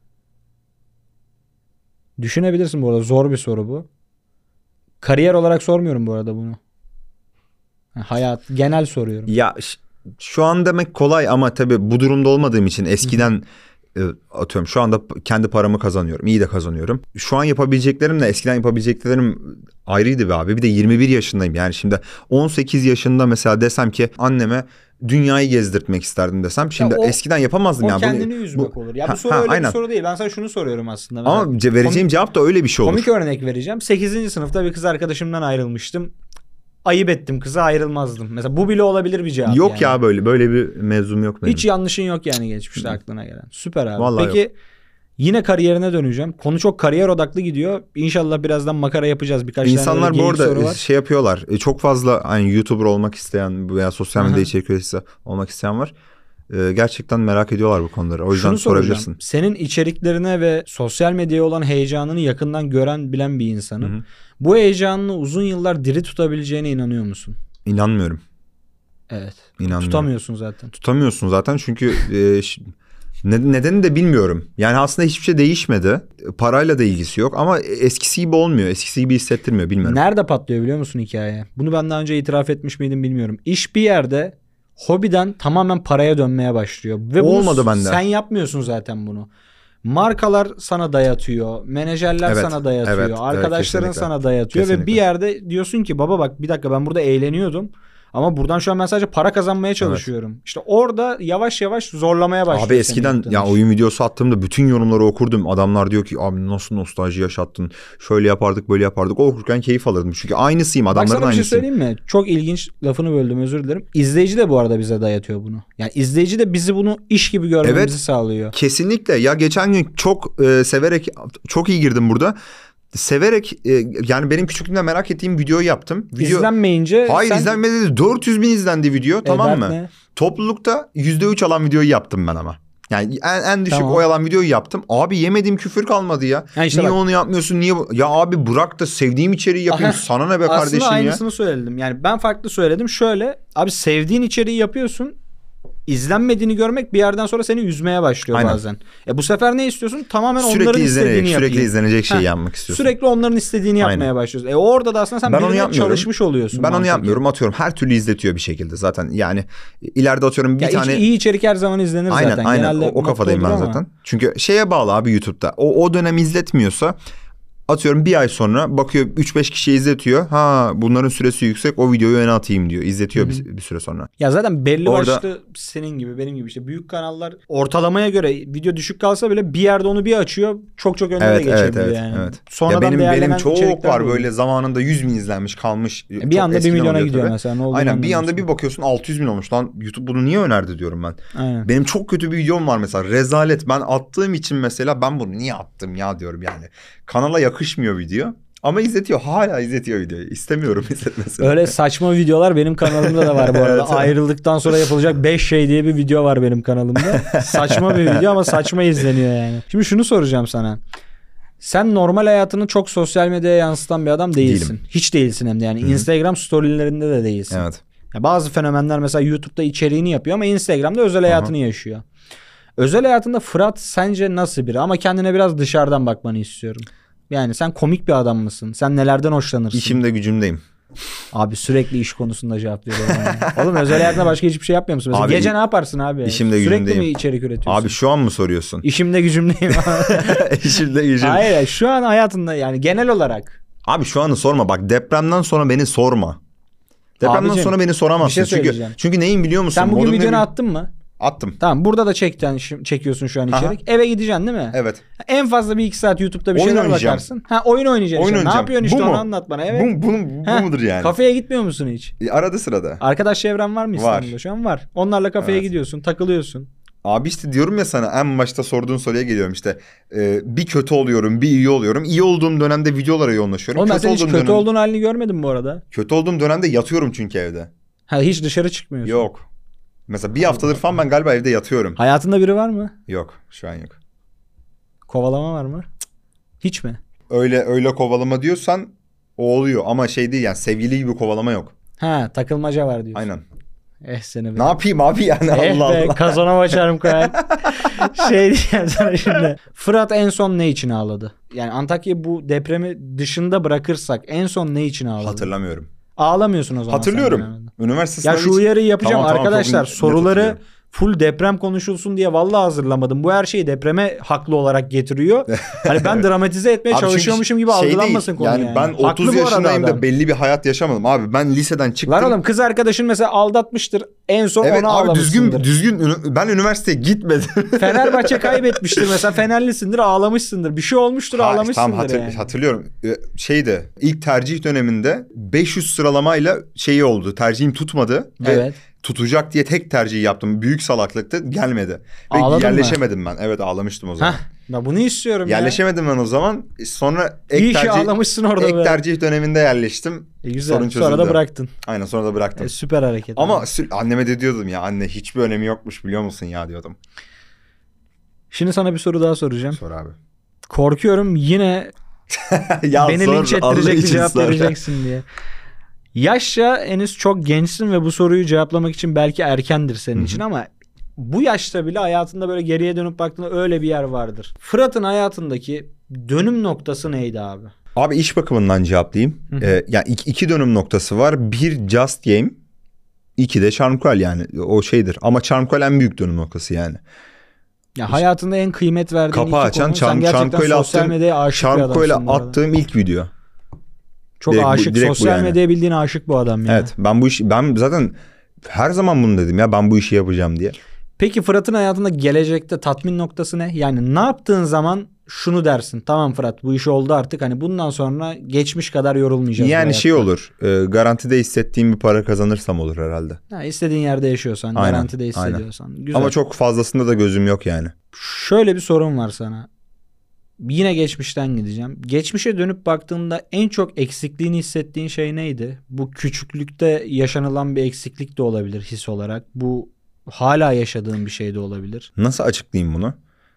Düşünebilirsin bu arada. Zor bir soru bu. Kariyer olarak sormuyorum bu arada bunu. Hayat, genel soruyorum. Ya şu an demek kolay ama tabii bu durumda olmadığım için eskiden atıyorum şu anda kendi paramı kazanıyorum. İyi de kazanıyorum. Şu an yapabileceklerimle eskiden yapabileceklerim ayrıydı be abi. Bir de 21 yaşındayım. Yani şimdi 18 yaşında mesela desem ki anneme dünyayı gezdirtmek isterdim desem. Şimdi eskiden yapamazdım. O yani kendini üzmek olur. Ya bu soru öyle aynen. Bir soru değil. Ben sana şunu soruyorum aslında. Mesela, ama vereceğim cevap da öyle bir şey olur. Komik örnek vereceğim. 8. sınıfta bir kız arkadaşımdan ayrılmıştım. Ayıp ettim, kıza ayrılmazdım. Mesela bu bile olabilir bir cevap. Yok yani. Ya böyle bir mevzum yok benim. Hiç yanlışın yok yani geçmişte aklına gelen. Süper abi. Vallahi peki yok. Yine kariyerine döneceğim. Konu çok kariyer odaklı gidiyor. İnşallah birazdan makara yapacağız. Birkaç İnsanlar tane bu arada soru var. şey yapıyorlar. Çok fazla hani YouTuber olmak isteyen veya sosyal medya içerik üreticisi olmak isteyen var. Gerçekten merak ediyorlar bu konuları. O yüzden Şunu sorabilirsin. Senin içeriklerine ve sosyal medyaya olan heyecanını yakından gören, bilen bir insanım. Bu heyecanını uzun yıllar diri tutabileceğine inanıyor musun? İnanmıyorum. Evet. İnanmıyorum. Tutamıyorsun zaten. Tutamıyorsun zaten çünkü nedeni de bilmiyorum. Yani aslında hiçbir şey değişmedi. Parayla da ilgisi yok ama eskisi gibi olmuyor. Eskisi gibi hissettirmiyor, bilmiyorum. Nerede patlıyor biliyor musun hikaye? Bunu ben daha önce itiraf etmiş miydim bilmiyorum. İş bir yerde hobiden tamamen paraya dönmeye başlıyor. Ve olmadı bende. Sen yapmıyorsun zaten bunu. Markalar sana dayatıyor. Menajerler sana dayatıyor. Arkadaşların sana dayatıyor. Ve bir yerde diyorsun ki baba bak bir dakika ben burada eğleniyordum. Ama buradan şu an ben sadece para kazanmaya çalışıyorum. Evet. İşte orada yavaş yavaş zorlamaya başlıyor. Abi eskiden ya oyun videosu attığımda bütün yorumları okurdum. Adamlar diyor ki abi nasıl nostalji yaşattın. Şöyle yapardık böyle yapardık. Okurken keyif alırdım. Çünkü aynısıyım, adamların aynısıyım. Bak sana bir şey söyleyeyim mi? Çok ilginç, lafını böldüm, özür dilerim. İzleyici de bu arada bize dayatıyor bunu. Yani izleyici de bizi bunu iş gibi görmemizi sağlıyor. Kesinlikle. Ya geçen gün çok severek, çok iyi girdim burada. Severek yani benim küçüklüğümde merak ettiğim videoyu yaptım. İzlenmeyince... Hayır izlenmedi. 400 bin izlendi video, tamam mı? Ne? Toplulukta %3 alan videoyu yaptım ben ama. Yani en düşük oy alan videoyu yaptım. Abi yemediğim küfür kalmadı ya. Yani işte niye onu yapmıyorsun? Niye ya abi bırak da sevdiğim içeriği yapayım. Sana ne be kardeşim ya? Aslında aynısını söyledim. Yani ben farklı söyledim. Şöyle abi sevdiğin içeriği yapıyorsun. İzlenmediğini görmek bir yerden sonra seni üzmeye başlıyor bazen. Bu sefer ne istiyorsun? Tamamen onların istediğini yapayım. Sürekli izlenecek şeyi yapmak istiyorsun. Sürekli onların istediğini yapmaya başlıyorsun. Orada da aslında sen birine çalışmış oluyorsun. Ben onu yapmıyorum. Atıyorum her türlü izletiyor bir şekilde zaten. Yani ileride atıyorum bir tane... iyi içerik her zaman izlenir zaten. Aynen o kafadayım ben zaten. Çünkü şeye bağlı abi YouTube'da. O dönem izletmiyorsa... Atıyorum bir ay sonra bakıyor 3-5 kişi izletiyor. Ha bunların süresi yüksek, o videoyu öne atayım diyor. İzletiyor bir süre sonra. Ya zaten belli başlı senin gibi benim gibi işte büyük kanallar ortalamaya göre video düşük kalsa bile bir yerde onu bir açıyor. Çok önde de geçebiliyor yani. Evet. Sonradan benim çok var böyle zamanında 100 bin izlenmiş kalmış. Bir anda 1 milyona gidiyor tabii. Mesela. Ne oldu? Aynen bir anda bir bakıyorsun 600 bin olmuş. Lan YouTube bunu niye önerdi diyorum ben. Aynen. Benim çok kötü bir videom var mesela. Rezalet. Ben attığım için mesela ben bunu niye attım ya diyorum yani. Kanala yakışmıyor video. Ama izletiyor. Hala izletiyor videoyu. İstemiyorum izletmesini. Öyle saçma videolar benim kanalımda da var bu arada. Evet. Ayrıldıktan sonra yapılacak 5 şey diye bir video var benim kanalımda. Saçma bir video ama saçma izleniyor yani. Şimdi şunu soracağım sana. Sen normal hayatını çok sosyal medyaya yansıtan bir adam değilsin. Değilim. Hiç değilsin hem de yani. Hı-hı. Instagram storylerinde de değilsin. Evet. Ya bazı fenomenler mesela YouTube'da içeriğini yapıyor ama Instagram'da özel hayatını yaşıyor. Özel hayatında Fırat sence nasıl biri? Ama kendine biraz dışarıdan bakmanı istiyorum. Yani sen komik bir adam mısın? Sen nelerden hoşlanırsın? İşimde gücümdeyim. Abi sürekli iş konusunda cevap veriyorum. Yani. Oğlum özel hayatında başka hiçbir şey yapmıyor musun? Mesela abi, gece ne yaparsın abi? İşimde sürekli gücümdeyim. mi içerik üretiyorsun? Abi şu an mı soruyorsun? İşimde gücümdeyim. İşimde gücüm. Hayır şu an hayatında yani genel olarak. Abi şu anı sorma bak, depremden sonra beni sorma. Depremden Abicim, sonra beni bir soramazsın. şey çünkü söyleyeceğim. çünkü neyim biliyor musun? Sen bugün Modum ne videonu bil- attın mı? Attım. Tamam, burada da çekiyorsun şu an içerik. Eve gideceksin değil mi? Evet. En fazla bir iki saat YouTube'da bir Oyun şeyler oynayacağım. bakarsın. Oyun oynayacaksın. Oyun Ne oynayacağım. yapıyorsun işte, Bu onu mu? anlat bana. Evet. Bu mudur yani? Kafeye gitmiyor musun hiç? Arada sırada. Arkadaş çevren var mı İstanbul'da? Var. Şu an var. Onlarla kafeye Evet. gidiyorsun, takılıyorsun. Abi işte diyorum ya sana, en başta sorduğun soruya geliyorum işte. Bir kötü oluyorum, bir iyi oluyorum. İyi olduğum dönemde videolara yoğunlaşıyorum. Oğlum ben senin hiç kötü dönem- olduğun halini görmedim bu arada. Kötü olduğum dönemde yatıyorum çünkü evde. Hiç dışarı çıkmıyorsun. Yok. Mesela bir haftadır falan ben galiba evde yatıyorum. Hayatında biri var mı? Yok, şu an yok. Kovalama var mı? Hiç mi? Öyle kovalama diyorsan o oluyor ama şey değil yani, sevgili gibi kovalama yok. Takılmaca var diyorsun. Aynen. Seni be. Ne yapayım abi yani, Allah be, Allah. kazana başarım koyan. Diyeceğim sana şimdi. Fırat en son ne için ağladı? Yani Antakya bu depremi dışında bırakırsak en son ne için ağladı? Hatırlamıyorum. Ağlamıyorsun o zaman. Hatırlıyorum. Sen genelde. Üniversite Ya sınavı şu için- uyarıyı yapacağım Tamam, arkadaşlar. çok net Soruları hatırlıyorum. full deprem konuşulsun diye vallahi hazırlamadım. Bu her şeyi depreme haklı olarak getiriyor. Hani ben dramatize etmeye Abi çünkü çalışıyormuşum gibi şey algılanmasın değil, konu yani. yani ben Haklı 30 bu arada yaşındayım adam. da belli bir hayat yaşamadım. Abi ben liseden çıktım. Lan oğlum, kız arkadaşın mesela aldatmıştır. En son Evet ona abi, ağlamışsındır. düzgün ben üniversiteye gitmedim. Fenerbahçe kaybetmiştir mesela, Fenerlisindir, ağlamışsındır. Bir şey olmuştur, Hayır, ağlamışsındır tamam, yani. hatırlıyorum. Şeyde ilk tercih döneminde 500 sıralamayla şeyi oldu. Tercihim tutmadı ve Evet. tutacak diye tek tercih yaptım. Büyük salaklıktı, gelmedi. Ve Ağladın mı? yerleşemedim ben. Evet, ağlamıştım o zaman. Ben bunu istiyorum ya. Yerleşemedim ben o zaman. Sonra İyi ki ağlamışsın orada ek be. tercih döneminde yerleştim. Güzel. Sorun çözüldü. Sonra da bıraktın. Aynen, sonra da bıraktım. Süper hareket. Ama anneme de diyordum ya, anne hiçbir önemi yokmuş biliyor musun ya, diyordum. Şimdi sana bir soru daha soracağım. Sor abi. Korkuyorum yine Ya beni sor, linç Allah ettirecek bir için cevap sor. vereceksin diye. Yaşça henüz çok gençsin ve bu soruyu cevaplamak için belki erkendir senin için ama bu yaşta bile hayatında böyle geriye dönüp baktığında öyle bir yer vardır. Fırat'ın hayatındaki dönüm noktası neydi abi? Abi iş bakımından cevaplayayım. Yani iki dönüm noktası var. Bir Just Game. İki de Charmcoal, yani o şeydir. Ama Charmcoal en büyük dönüm noktası yani. Ya hayatında en kıymet verdiğin Kapı iki açan konu. Sen gerçekten Charmcoal'e sosyal medyaya aşık bir Charmcoal'e adamsın bu arada. attığım ilk video. Çok direkt bu- aşık. direkt bu Sosyal yani. medyaya bildiğin aşık bu adam ya. Evet, ben zaten her zaman bunu dedim ya, ben bu işi yapacağım diye. Peki Fırat'ın hayatında gelecekte tatmin noktası ne? Yani ne yaptığın zaman şunu dersin. Tamam Fırat, bu iş oldu artık. Hani bundan sonra geçmiş kadar yorulmayacağız. Yani bu şey hayatta. olur. Garantide hissettiğim bir para kazanırsam olur herhalde. İstediğin yerde yaşıyorsan, Aynen, garantide hissediyorsan. Güzel. Ama çok fazlasında da gözüm yok yani. Şöyle bir sorun var sana. Yine geçmişten gideceğim. Geçmişe dönüp baktığında en çok eksikliğini hissettiğin şey neydi? Bu küçüklükte yaşanılan bir eksiklik de olabilir his olarak. Bu hala yaşadığın bir şey de olabilir. Nasıl açıklayayım bunu?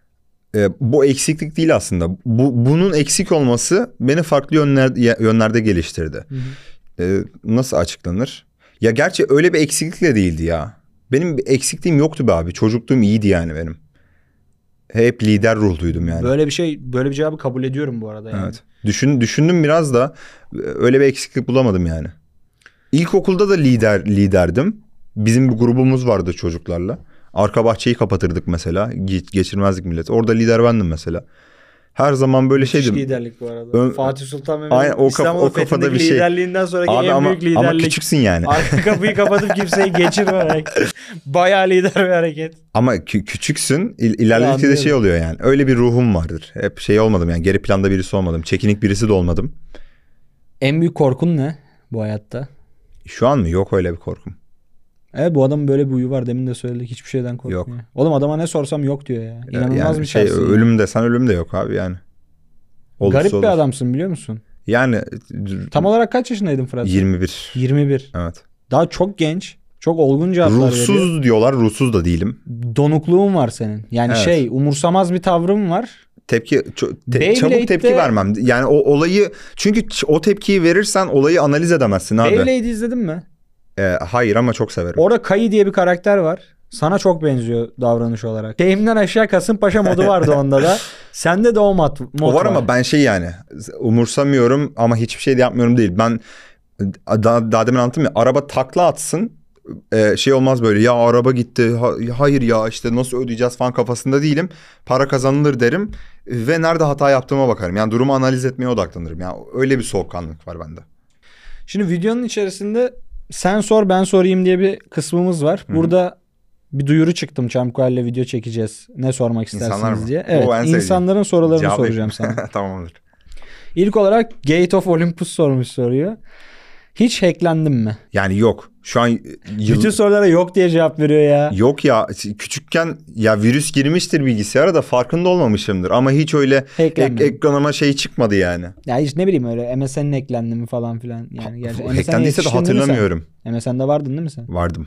Bu eksiklik değil aslında. Bunun eksik olması beni farklı yönlerde geliştirdi. Nasıl açıklanır? Ya gerçi öyle bir eksiklikle değildi ya. Benim bir eksikliğim yoktu be abi. Çocukluğum iyiydi yani benim. Hep lider ruhluydum yani. Böyle bir cevabı kabul ediyorum bu arada yani. Evet. Düşündüm biraz da öyle bir eksiklik bulamadım yani. İlkokulda da liderdim. Bizim bir grubumuz vardı çocuklarla. Arka bahçeyi kapatırdık mesela. Geçirmezdik millet. Orada lider bendim mesela. Her zaman böyle Müthiş şeydim. liderlik bu arada. Fatih Sultan Mehmet'in Aynen, o İstanbul'un kafada fethindeki bir şey. liderliğinden sonraki Abi en büyük liderlik. ama küçüksün yani. Arka kapıyı kapatıp kimseyi geçirmemek. Bayağı lider bir hareket. Ama küçüksün. İlerledikçe de Anlıyorum. şey oluyor yani. Öyle bir ruhum vardır. Hep şey olmadım yani. Geri planda birisi olmadım. Çekinik birisi de olmadım. En büyük korkun ne bu hayatta? Şu an mı? Yok öyle bir korkum. Evet, bu adamın böyle bir huyu var. Demin de söyledik. Hiçbir şeyden korkmuyor. Yok. Oğlum adama ne sorsam yok diyor ya. İnanılmaz yani bir şey, şeysin. ölüm desen ölüm de yok abi yani. Olursa Garip olur. bir adamsın biliyor musun? Yani Tam olarak kaç yaşındaydın Fırat? 21. 21. Evet. Daha çok genç. Çok olgun cevaplar veriyor. Ruhsuz diyorlar. Ruhsuz da değilim. Donukluğun var senin. Yani Evet. umursamaz bir tavrın var. Çabuk Beyblade'de- tepki vermem. Yani o olayı, çünkü o tepkiyi verirsen olayı analiz edemezsin abi. Beyblade'i izledin mi? Hayır ama çok severim. Orada Kayı diye bir karakter var. Sana çok benziyor davranış olarak. Şeyimden aşağı Kasımpaşa modu vardı onda da. Sende de o mod O var ama ben şey yani umursamıyorum ama hiçbir şey de yapmıyorum değil. Ben daha demin anlattım ya, araba takla atsın şey olmaz böyle, ya araba gitti hayır ya işte nasıl ödeyeceğiz falan kafasında değilim. Para kazanılır derim ve nerede hata yaptığıma bakarım. Yani durumu analiz etmeye odaklanırım. Yani öyle bir soğukkanlılık var bende. Şimdi videonun içerisinde sen sor ben sorayım diye bir kısmımız var. Burada bir duyuru çıktım. Çamkuel'le video çekeceğiz. Ne sormak İnsanlar istersiniz mı? diye. Evet, O en sevdiğim. insanların sorularını Cevap soracağım bekliyorum. sana. Tamamdır. İlk olarak Gate of Olympus sormuş soruyor. Hiç hacklendim mi? Yani yok. Şu an Bütün sorulara yok diye cevap veriyor ya. Yok ya, küçükken ya virüs girmiştir bilgisayara da farkında olmamışımdır. Ama hiç öyle ekranıma şey çıkmadı yani. Ya hiç ne bileyim öyle MSN'in eklendi mi falan filan. Yani Hacklendiyse de hatırlamıyorum. MSN'de vardın değil mi sen? Vardım.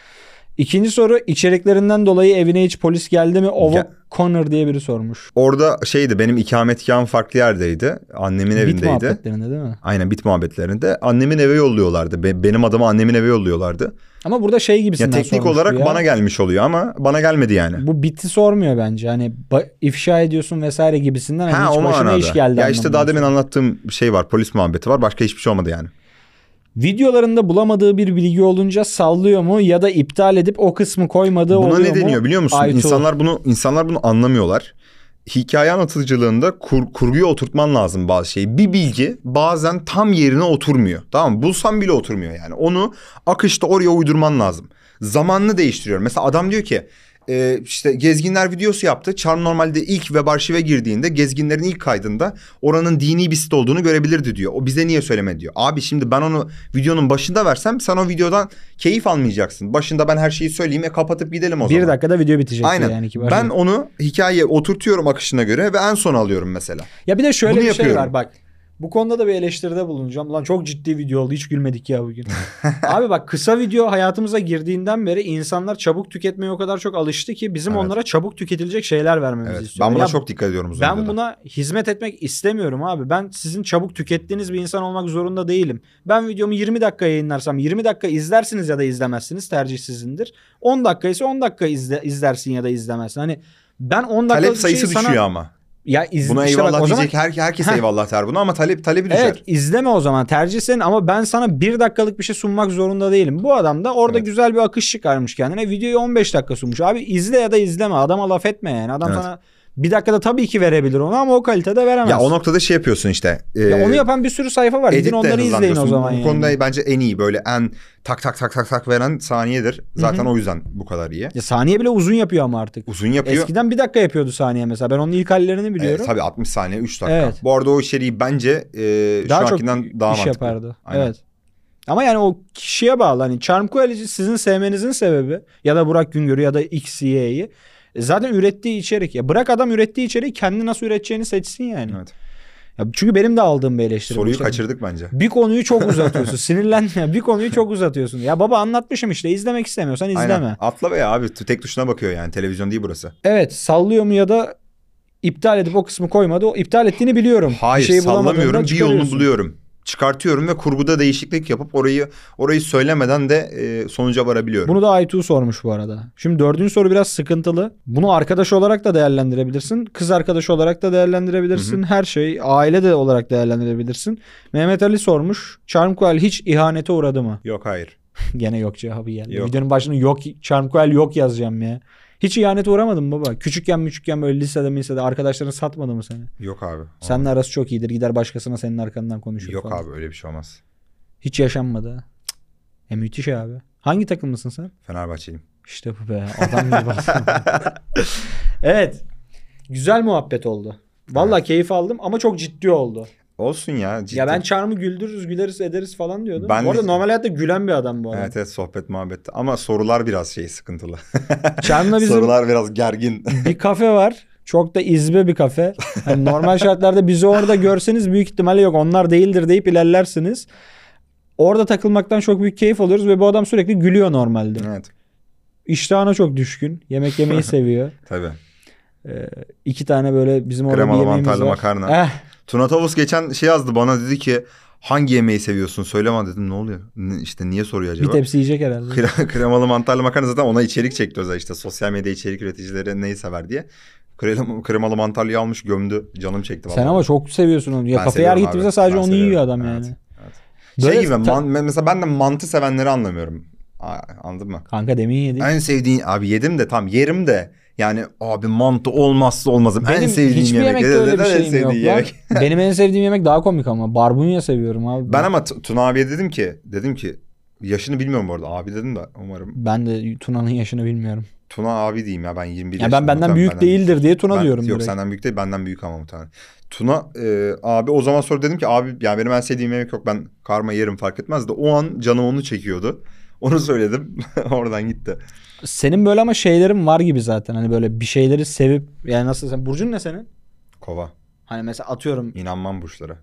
İkinci soru, içeriklerinden dolayı evine hiç polis geldi mi? Ovo Connor diye biri sormuş. Orada şeydi, benim ikametgahım farklı yerdeydi. Annemin evindeydi. Bit muhabbetlerinde değil mi? Aynen, bit muhabbetlerinde. Annemin eve yolluyorlardı. Benim adımı annemin eve yolluyorlardı. Ama burada şey gibisinden ya teknik olarak bana gelmiş oluyor ama bana gelmedi yani. Bu biti sormuyor bence. Hani ifşa ediyorsun vesaire gibisinden. Hani hiç başına iş geldi. Ya işte daha demin anlattığım şey var. Polis muhabbeti var. Başka hiçbir şey olmadı yani. Videolarında bulamadığı bir bilgi olunca sallıyor mu ya da iptal edip o kısmı koymadığı oluyor mu? Buna ne deniyor biliyor musun? İnsanlar bunu anlamıyorlar. Hikaye anlatıcılığında kurguya oturtman lazım bazı şeyi. Bir bilgi bazen tam yerine oturmuyor. Tamam mı? Bulsan bile oturmuyor yani. Onu akışta oraya uydurman lazım. Zamanını değiştiriyor. Mesela adam diyor ki işte gezginler videosu yaptı. Charm normalde ilk web arşive girdiğinde gezginlerin ilk kaydında oranın dini bir site olduğunu görebilirdi diyor. O bize niye söylemedi diyor. Abi şimdi ben onu videonun başında versem sen o videodan keyif almayacaksın. Başında ben her şeyi söyleyeyim ve kapatıp gidelim o zaman. Bir dakikada video bitecek. Aynen. Yani ben onu hikayeye oturtuyorum akışına göre ve en son alıyorum mesela. Ya bir de şöyle Bunu bir şey yapıyorum. var bak. Bu konuda da bir eleştiride bulunacağım. Lan çok ciddi video oldu. Hiç gülmedik ya bugün. Abi bak, kısa video hayatımıza girdiğinden beri insanlar çabuk tüketmeye o kadar çok alıştı ki bizim onlara çabuk tüketilecek şeyler vermemizi istiyor. Ben buna çok dikkat ediyorum. Ben buna hizmet etmek istemiyorum abi. Ben sizin çabuk tükettiğiniz bir insan olmak zorunda değilim. Ben videomu 20 dakika yayınlarsam 20 dakika izlersiniz ya da izlemezsiniz. Tercih sizindir. 10 dakika ise 10 dakika izlersin ya da izlemezsin. Hani ben 10 dakika talep sayısı düşüyor ama. Ya buna işte eyvallah bak, diyecek herkes eyvallah der buna ama talebi düşer. Evet, izleme o zaman, tercih senin, ama ben sana 1 dakikalık bir şey sunmak zorunda değilim. Bu adam da orada güzel bir akış çıkarmış kendine. Videoyu 15 dakika sunmuş. Abi izle ya da izleme. Adama laf etme yani. Adam sana 1 dakikada tabii ki verebilir onu ama o kalitede veremez. Ya o noktada şey yapıyorsun işte. Ya onu yapan bir sürü sayfa var. Gidin onları izleyin o zaman. Bu konuda bence en iyi böyle en tak veren saniyedir. Zaten o yüzden bu kadar iyi. Ya saniye bile uzun yapıyor ama artık. Uzun yapıyor. Eskiden 1 dakika yapıyordu saniye mesela. Ben onun ilk hallerini biliyorum. Tabii 60 saniye 3 dakika. Evet. Bu arada o içeriği bence daha şu çok ankinden daha iş mantıklı. yapardı. Aynen. Evet. Ama yani o kişiye bağlı. Hani Charmcoel'i sizin sevmenizin sebebi ya da Burak Güngör'ü ya da XY'yi zaten ürettiği içerik. Ya bırak adam ürettiği içeriği kendi nasıl üreteceğini seçsin yani. Evet. Ya çünkü benim de aldığım bir eleştiri. Soruyu kaçırdık bence. Bir konuyu çok uzatıyorsun. Sinirlenme. Bir konuyu çok uzatıyorsun. Ya baba anlatmışım işte. İzlemek istemiyorsan izleme. Aynen. Atla be abi. Tek tuşuna bakıyor yani. Televizyon değil burası. Evet. Sallıyor mu ya da iptal edip o kısmı koymadı. O iptal ettiğini biliyorum. Hayır, bir şeyi sallamıyorum. Bir yolunu buluyorum. Çıkartıyorum ve kurguda değişiklik yapıp orayı söylemeden de sonuca varabiliyorum. Bunu da Aytu sormuş bu arada. Şimdi 4. soru biraz sıkıntılı. Bunu arkadaş olarak da değerlendirebilirsin. Kız arkadaş olarak da değerlendirebilirsin. Hı-hı. Her şey, aile de olarak değerlendirebilirsin. Mehmet Ali sormuş. Charmcoel hiç ihanete uğradı mı? Yok, hayır. Gene yok cevabı geldi. Yok. Videonun başına yok, Charmcoel yok yazacağım ya. Hiç ihanete uğramadın mı baba? Küçükken böyle lisede arkadaşların satmadı mı seni? Yok abi. Seninle arası çok iyidir. Gider başkasına senin arkandan konuşur yok falan. Abi öyle bir şey olmaz. Hiç yaşanmadı. Müthiş abi. Hangi takımlısın sen? Fenerbahçeliyim. İşte bu be. Adam gibi Evet. Güzel muhabbet oldu. Vallahi keyif aldım ama çok ciddi oldu. Olsun ya. Ciddi. Ya ben Charm'ı güldürürüz, güleriz, ederiz falan diyordum. Bu arada normal hayatta gülen bir adam bu adam. Evet, sohbet muhabbet. Ama sorular biraz sıkıntılı. Charm'la bizim sorular biraz gergin. Bir kafe var. Çok da izbe bir kafe. Yani normal şartlarda bizi orada görseniz büyük ihtimalle yok onlar değildir deyip ilerlersiniz. Orada takılmaktan çok büyük keyif alıyoruz ve bu adam sürekli gülüyor normalde. Evet. İştahına çok düşkün. Yemek yemeyi seviyor. Tabii. 2 tane böyle bizim orada bir yemeğimiz var. Kremalı mantarlı makarna. Tuna Tavus geçen yazdı bana, dedi ki hangi yemeği seviyorsun söyleme, dedim ne oluyor? İşte niye soruyor acaba? Bir tepsi yiyecek herhalde. Kremalı mantarlı makarna zaten ona içerik çekti özel, işte sosyal medya içerik üreticileri neyi sever diye. Kremalı mantarlıyı almış gömdü, canım çekti vallahi. Sen ama çok seviyorsun onu. Ya kafeye her gittiğimizde sadece onu yiyor adam yani. Evet. Şey gibi mesela ben de mantı sevenleri anlamıyorum. Anladın mı? Kanka demin yedin. En sevdiğin abi, yedim de tam yerim de. Yani abi mantı olmazsa olmazım. Benim en sevdiğim hiçbir yemek. Benim öyle bir şeyim yok Benim en sevdiğim yemek daha komik ama. Barbunya seviyorum abi. Ben ama Tuna abiye dedim ki Yaşını bilmiyorum bu arada. Abi dedim de umarım. Ben de Tuna'nın yaşını bilmiyorum. Tuna abi diyeyim ya, ben 21 Ya ben yaşındayım. benden Muhtemelen büyük değildir diye Tuna diyorum Yok direkt. senden büyük değil, benden büyük ama muhtemelen. Tuna abi, o zaman sonra dedim ki abi yani benim en sevdiğim yemek yok, ben karma yerim fark etmez de o an canım onu çekiyordu. Onu söyledim oradan gitti. Senin böyle ama şeylerin var gibi zaten. Hani böyle bir şeyleri sevip yani nasıl sen burcun ne senin? Kova. Hani mesela atıyorum İnanmam burçlara.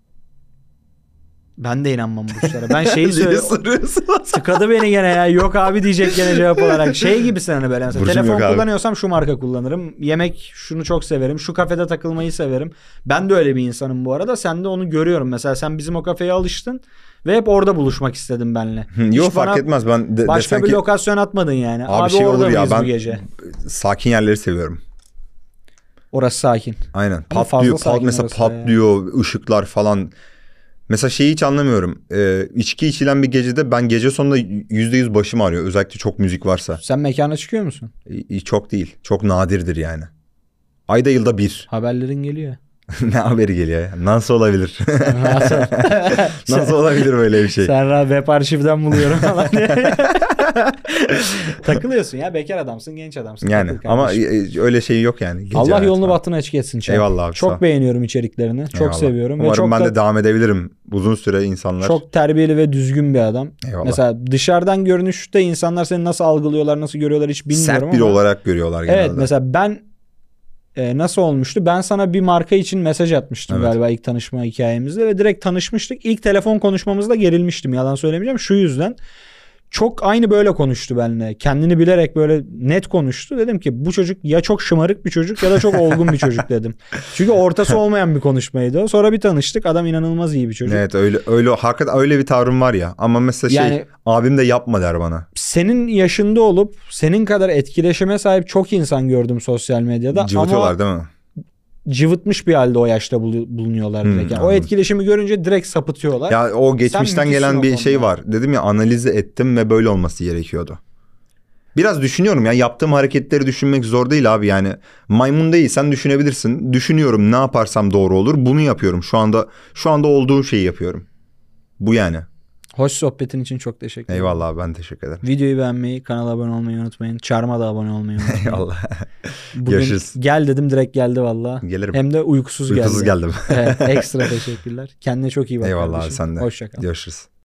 ben de inanmam burçlara. Ben şeyi Niye söylüyorum. soruyorsun? Tıkadı beni gene ya. Yok abi diyecek gene cevap olarak. Şey gibisin hani böyle mesela Burcum telefon yok abi. kullanıyorsam şu marka kullanırım. Yemek şunu çok severim. Şu kafede takılmayı severim. Ben de öyle bir insanım bu arada. Sen de onu görüyorum. Mesela sen bizim o kafeye alıştın ve hep orada buluşmak istedin benimle. Yok Hiç bana fark etmez, ben başka desen bir ki lokasyon atmadın yani. abi şey orada olur ya, mıyız bu ben gece? sakin yerleri seviyorum. Orası sakin. Aynen. Ama fazla sakin Mesela orası ya. patlıyor ışıklar falan. Mesela şeyi hiç anlamıyorum. İçki içilen bir gecede ben gece sonunda %100 başım ağrıyor. Özellikle çok müzik varsa. Sen mekana çıkıyor musun? Çok değil. Çok nadirdir yani. Ayda yılda bir. Haberlerin geliyor. Ne haberi geliyor ya? Nasıl olabilir? Nasıl? Nasıl olabilir böyle bir şey? Serra web arşivden buluyorum falan. Takılıyorsun ya, bekar adamsın, genç adamsın. Yani Takıl ama kardeşim. öyle şey yok yani. Gece Allah hayatı yolunu falan. bahtını açık etsin. Çağ. Eyvallah abi, sağ ol. Çok beğeniyorum içeriklerini. Çok Eyvallah. seviyorum. Umarım ve çok ben da de devam edebilirim. Uzun süre insanlar. çok terbiyeli ve düzgün bir adam. Eyvallah. Mesela dışarıdan görünüşte insanlar seni nasıl algılıyorlar, nasıl görüyorlar hiç bilmiyorum Sert biri ama. olarak görüyorlar genelde. Evet, mesela ben nasıl olmuştu? Ben sana bir marka için mesaj atmıştım Evet. galiba ilk tanışma hikayemizde ve direkt tanışmıştık. İlk telefon konuşmamızda gerilmiştim, yalan söylemeyeceğim. Şu yüzden çok aynı böyle konuştu benimle. Kendini bilerek böyle net konuştu. Dedim ki bu çocuk ya çok şımarık bir çocuk ya da çok olgun bir çocuk dedim. Çünkü ortası olmayan bir konuşmaydı o. Sonra bir tanıştık. Adam inanılmaz iyi bir çocuk. Evet, öyle hakikaten öyle bir tavrım var ya. Ama mesela Yani- abim de yapma der bana. Senin yaşında olup senin kadar etkileşime sahip çok insan gördüm sosyal medyada. Cıvıtıyorlar Ama değil mi? cıvıtmış bir halde o yaşta bulunuyorlar direkt. Yani o anladım. etkileşimi görünce direkt sapıtıyorlar. Ya o geçmişten müthişsin gelen o bir konuda. şey var. Dedim ya, analizi ettim ve böyle olması gerekiyordu. Biraz düşünüyorum ya, yaptığım hareketleri düşünmek zor değil abi yani. Maymun değilsen düşünebilirsin. Düşünüyorum, ne yaparsam doğru olur. Bunu yapıyorum. Şu anda olduğum şeyi yapıyorum. Bu yani. Hoş sohbetin için çok teşekkür ederim. Eyvallah abi, ben teşekkür ederim. Videoyu beğenmeyi, kanala abone olmayı unutmayın. Çarmıha da abone olmayı unutmayın. Eyvallah. Bugün Görüşürüz. gel dedim, direkt geldi valla. Gelirim. Hem de uykusuz geldi. Uykusuz geldim. Evet, ekstra teşekkürler. Kendine çok iyi bak Eyvallah abi, kardeşim. sen de. Hoşça kal. Görüşürüz.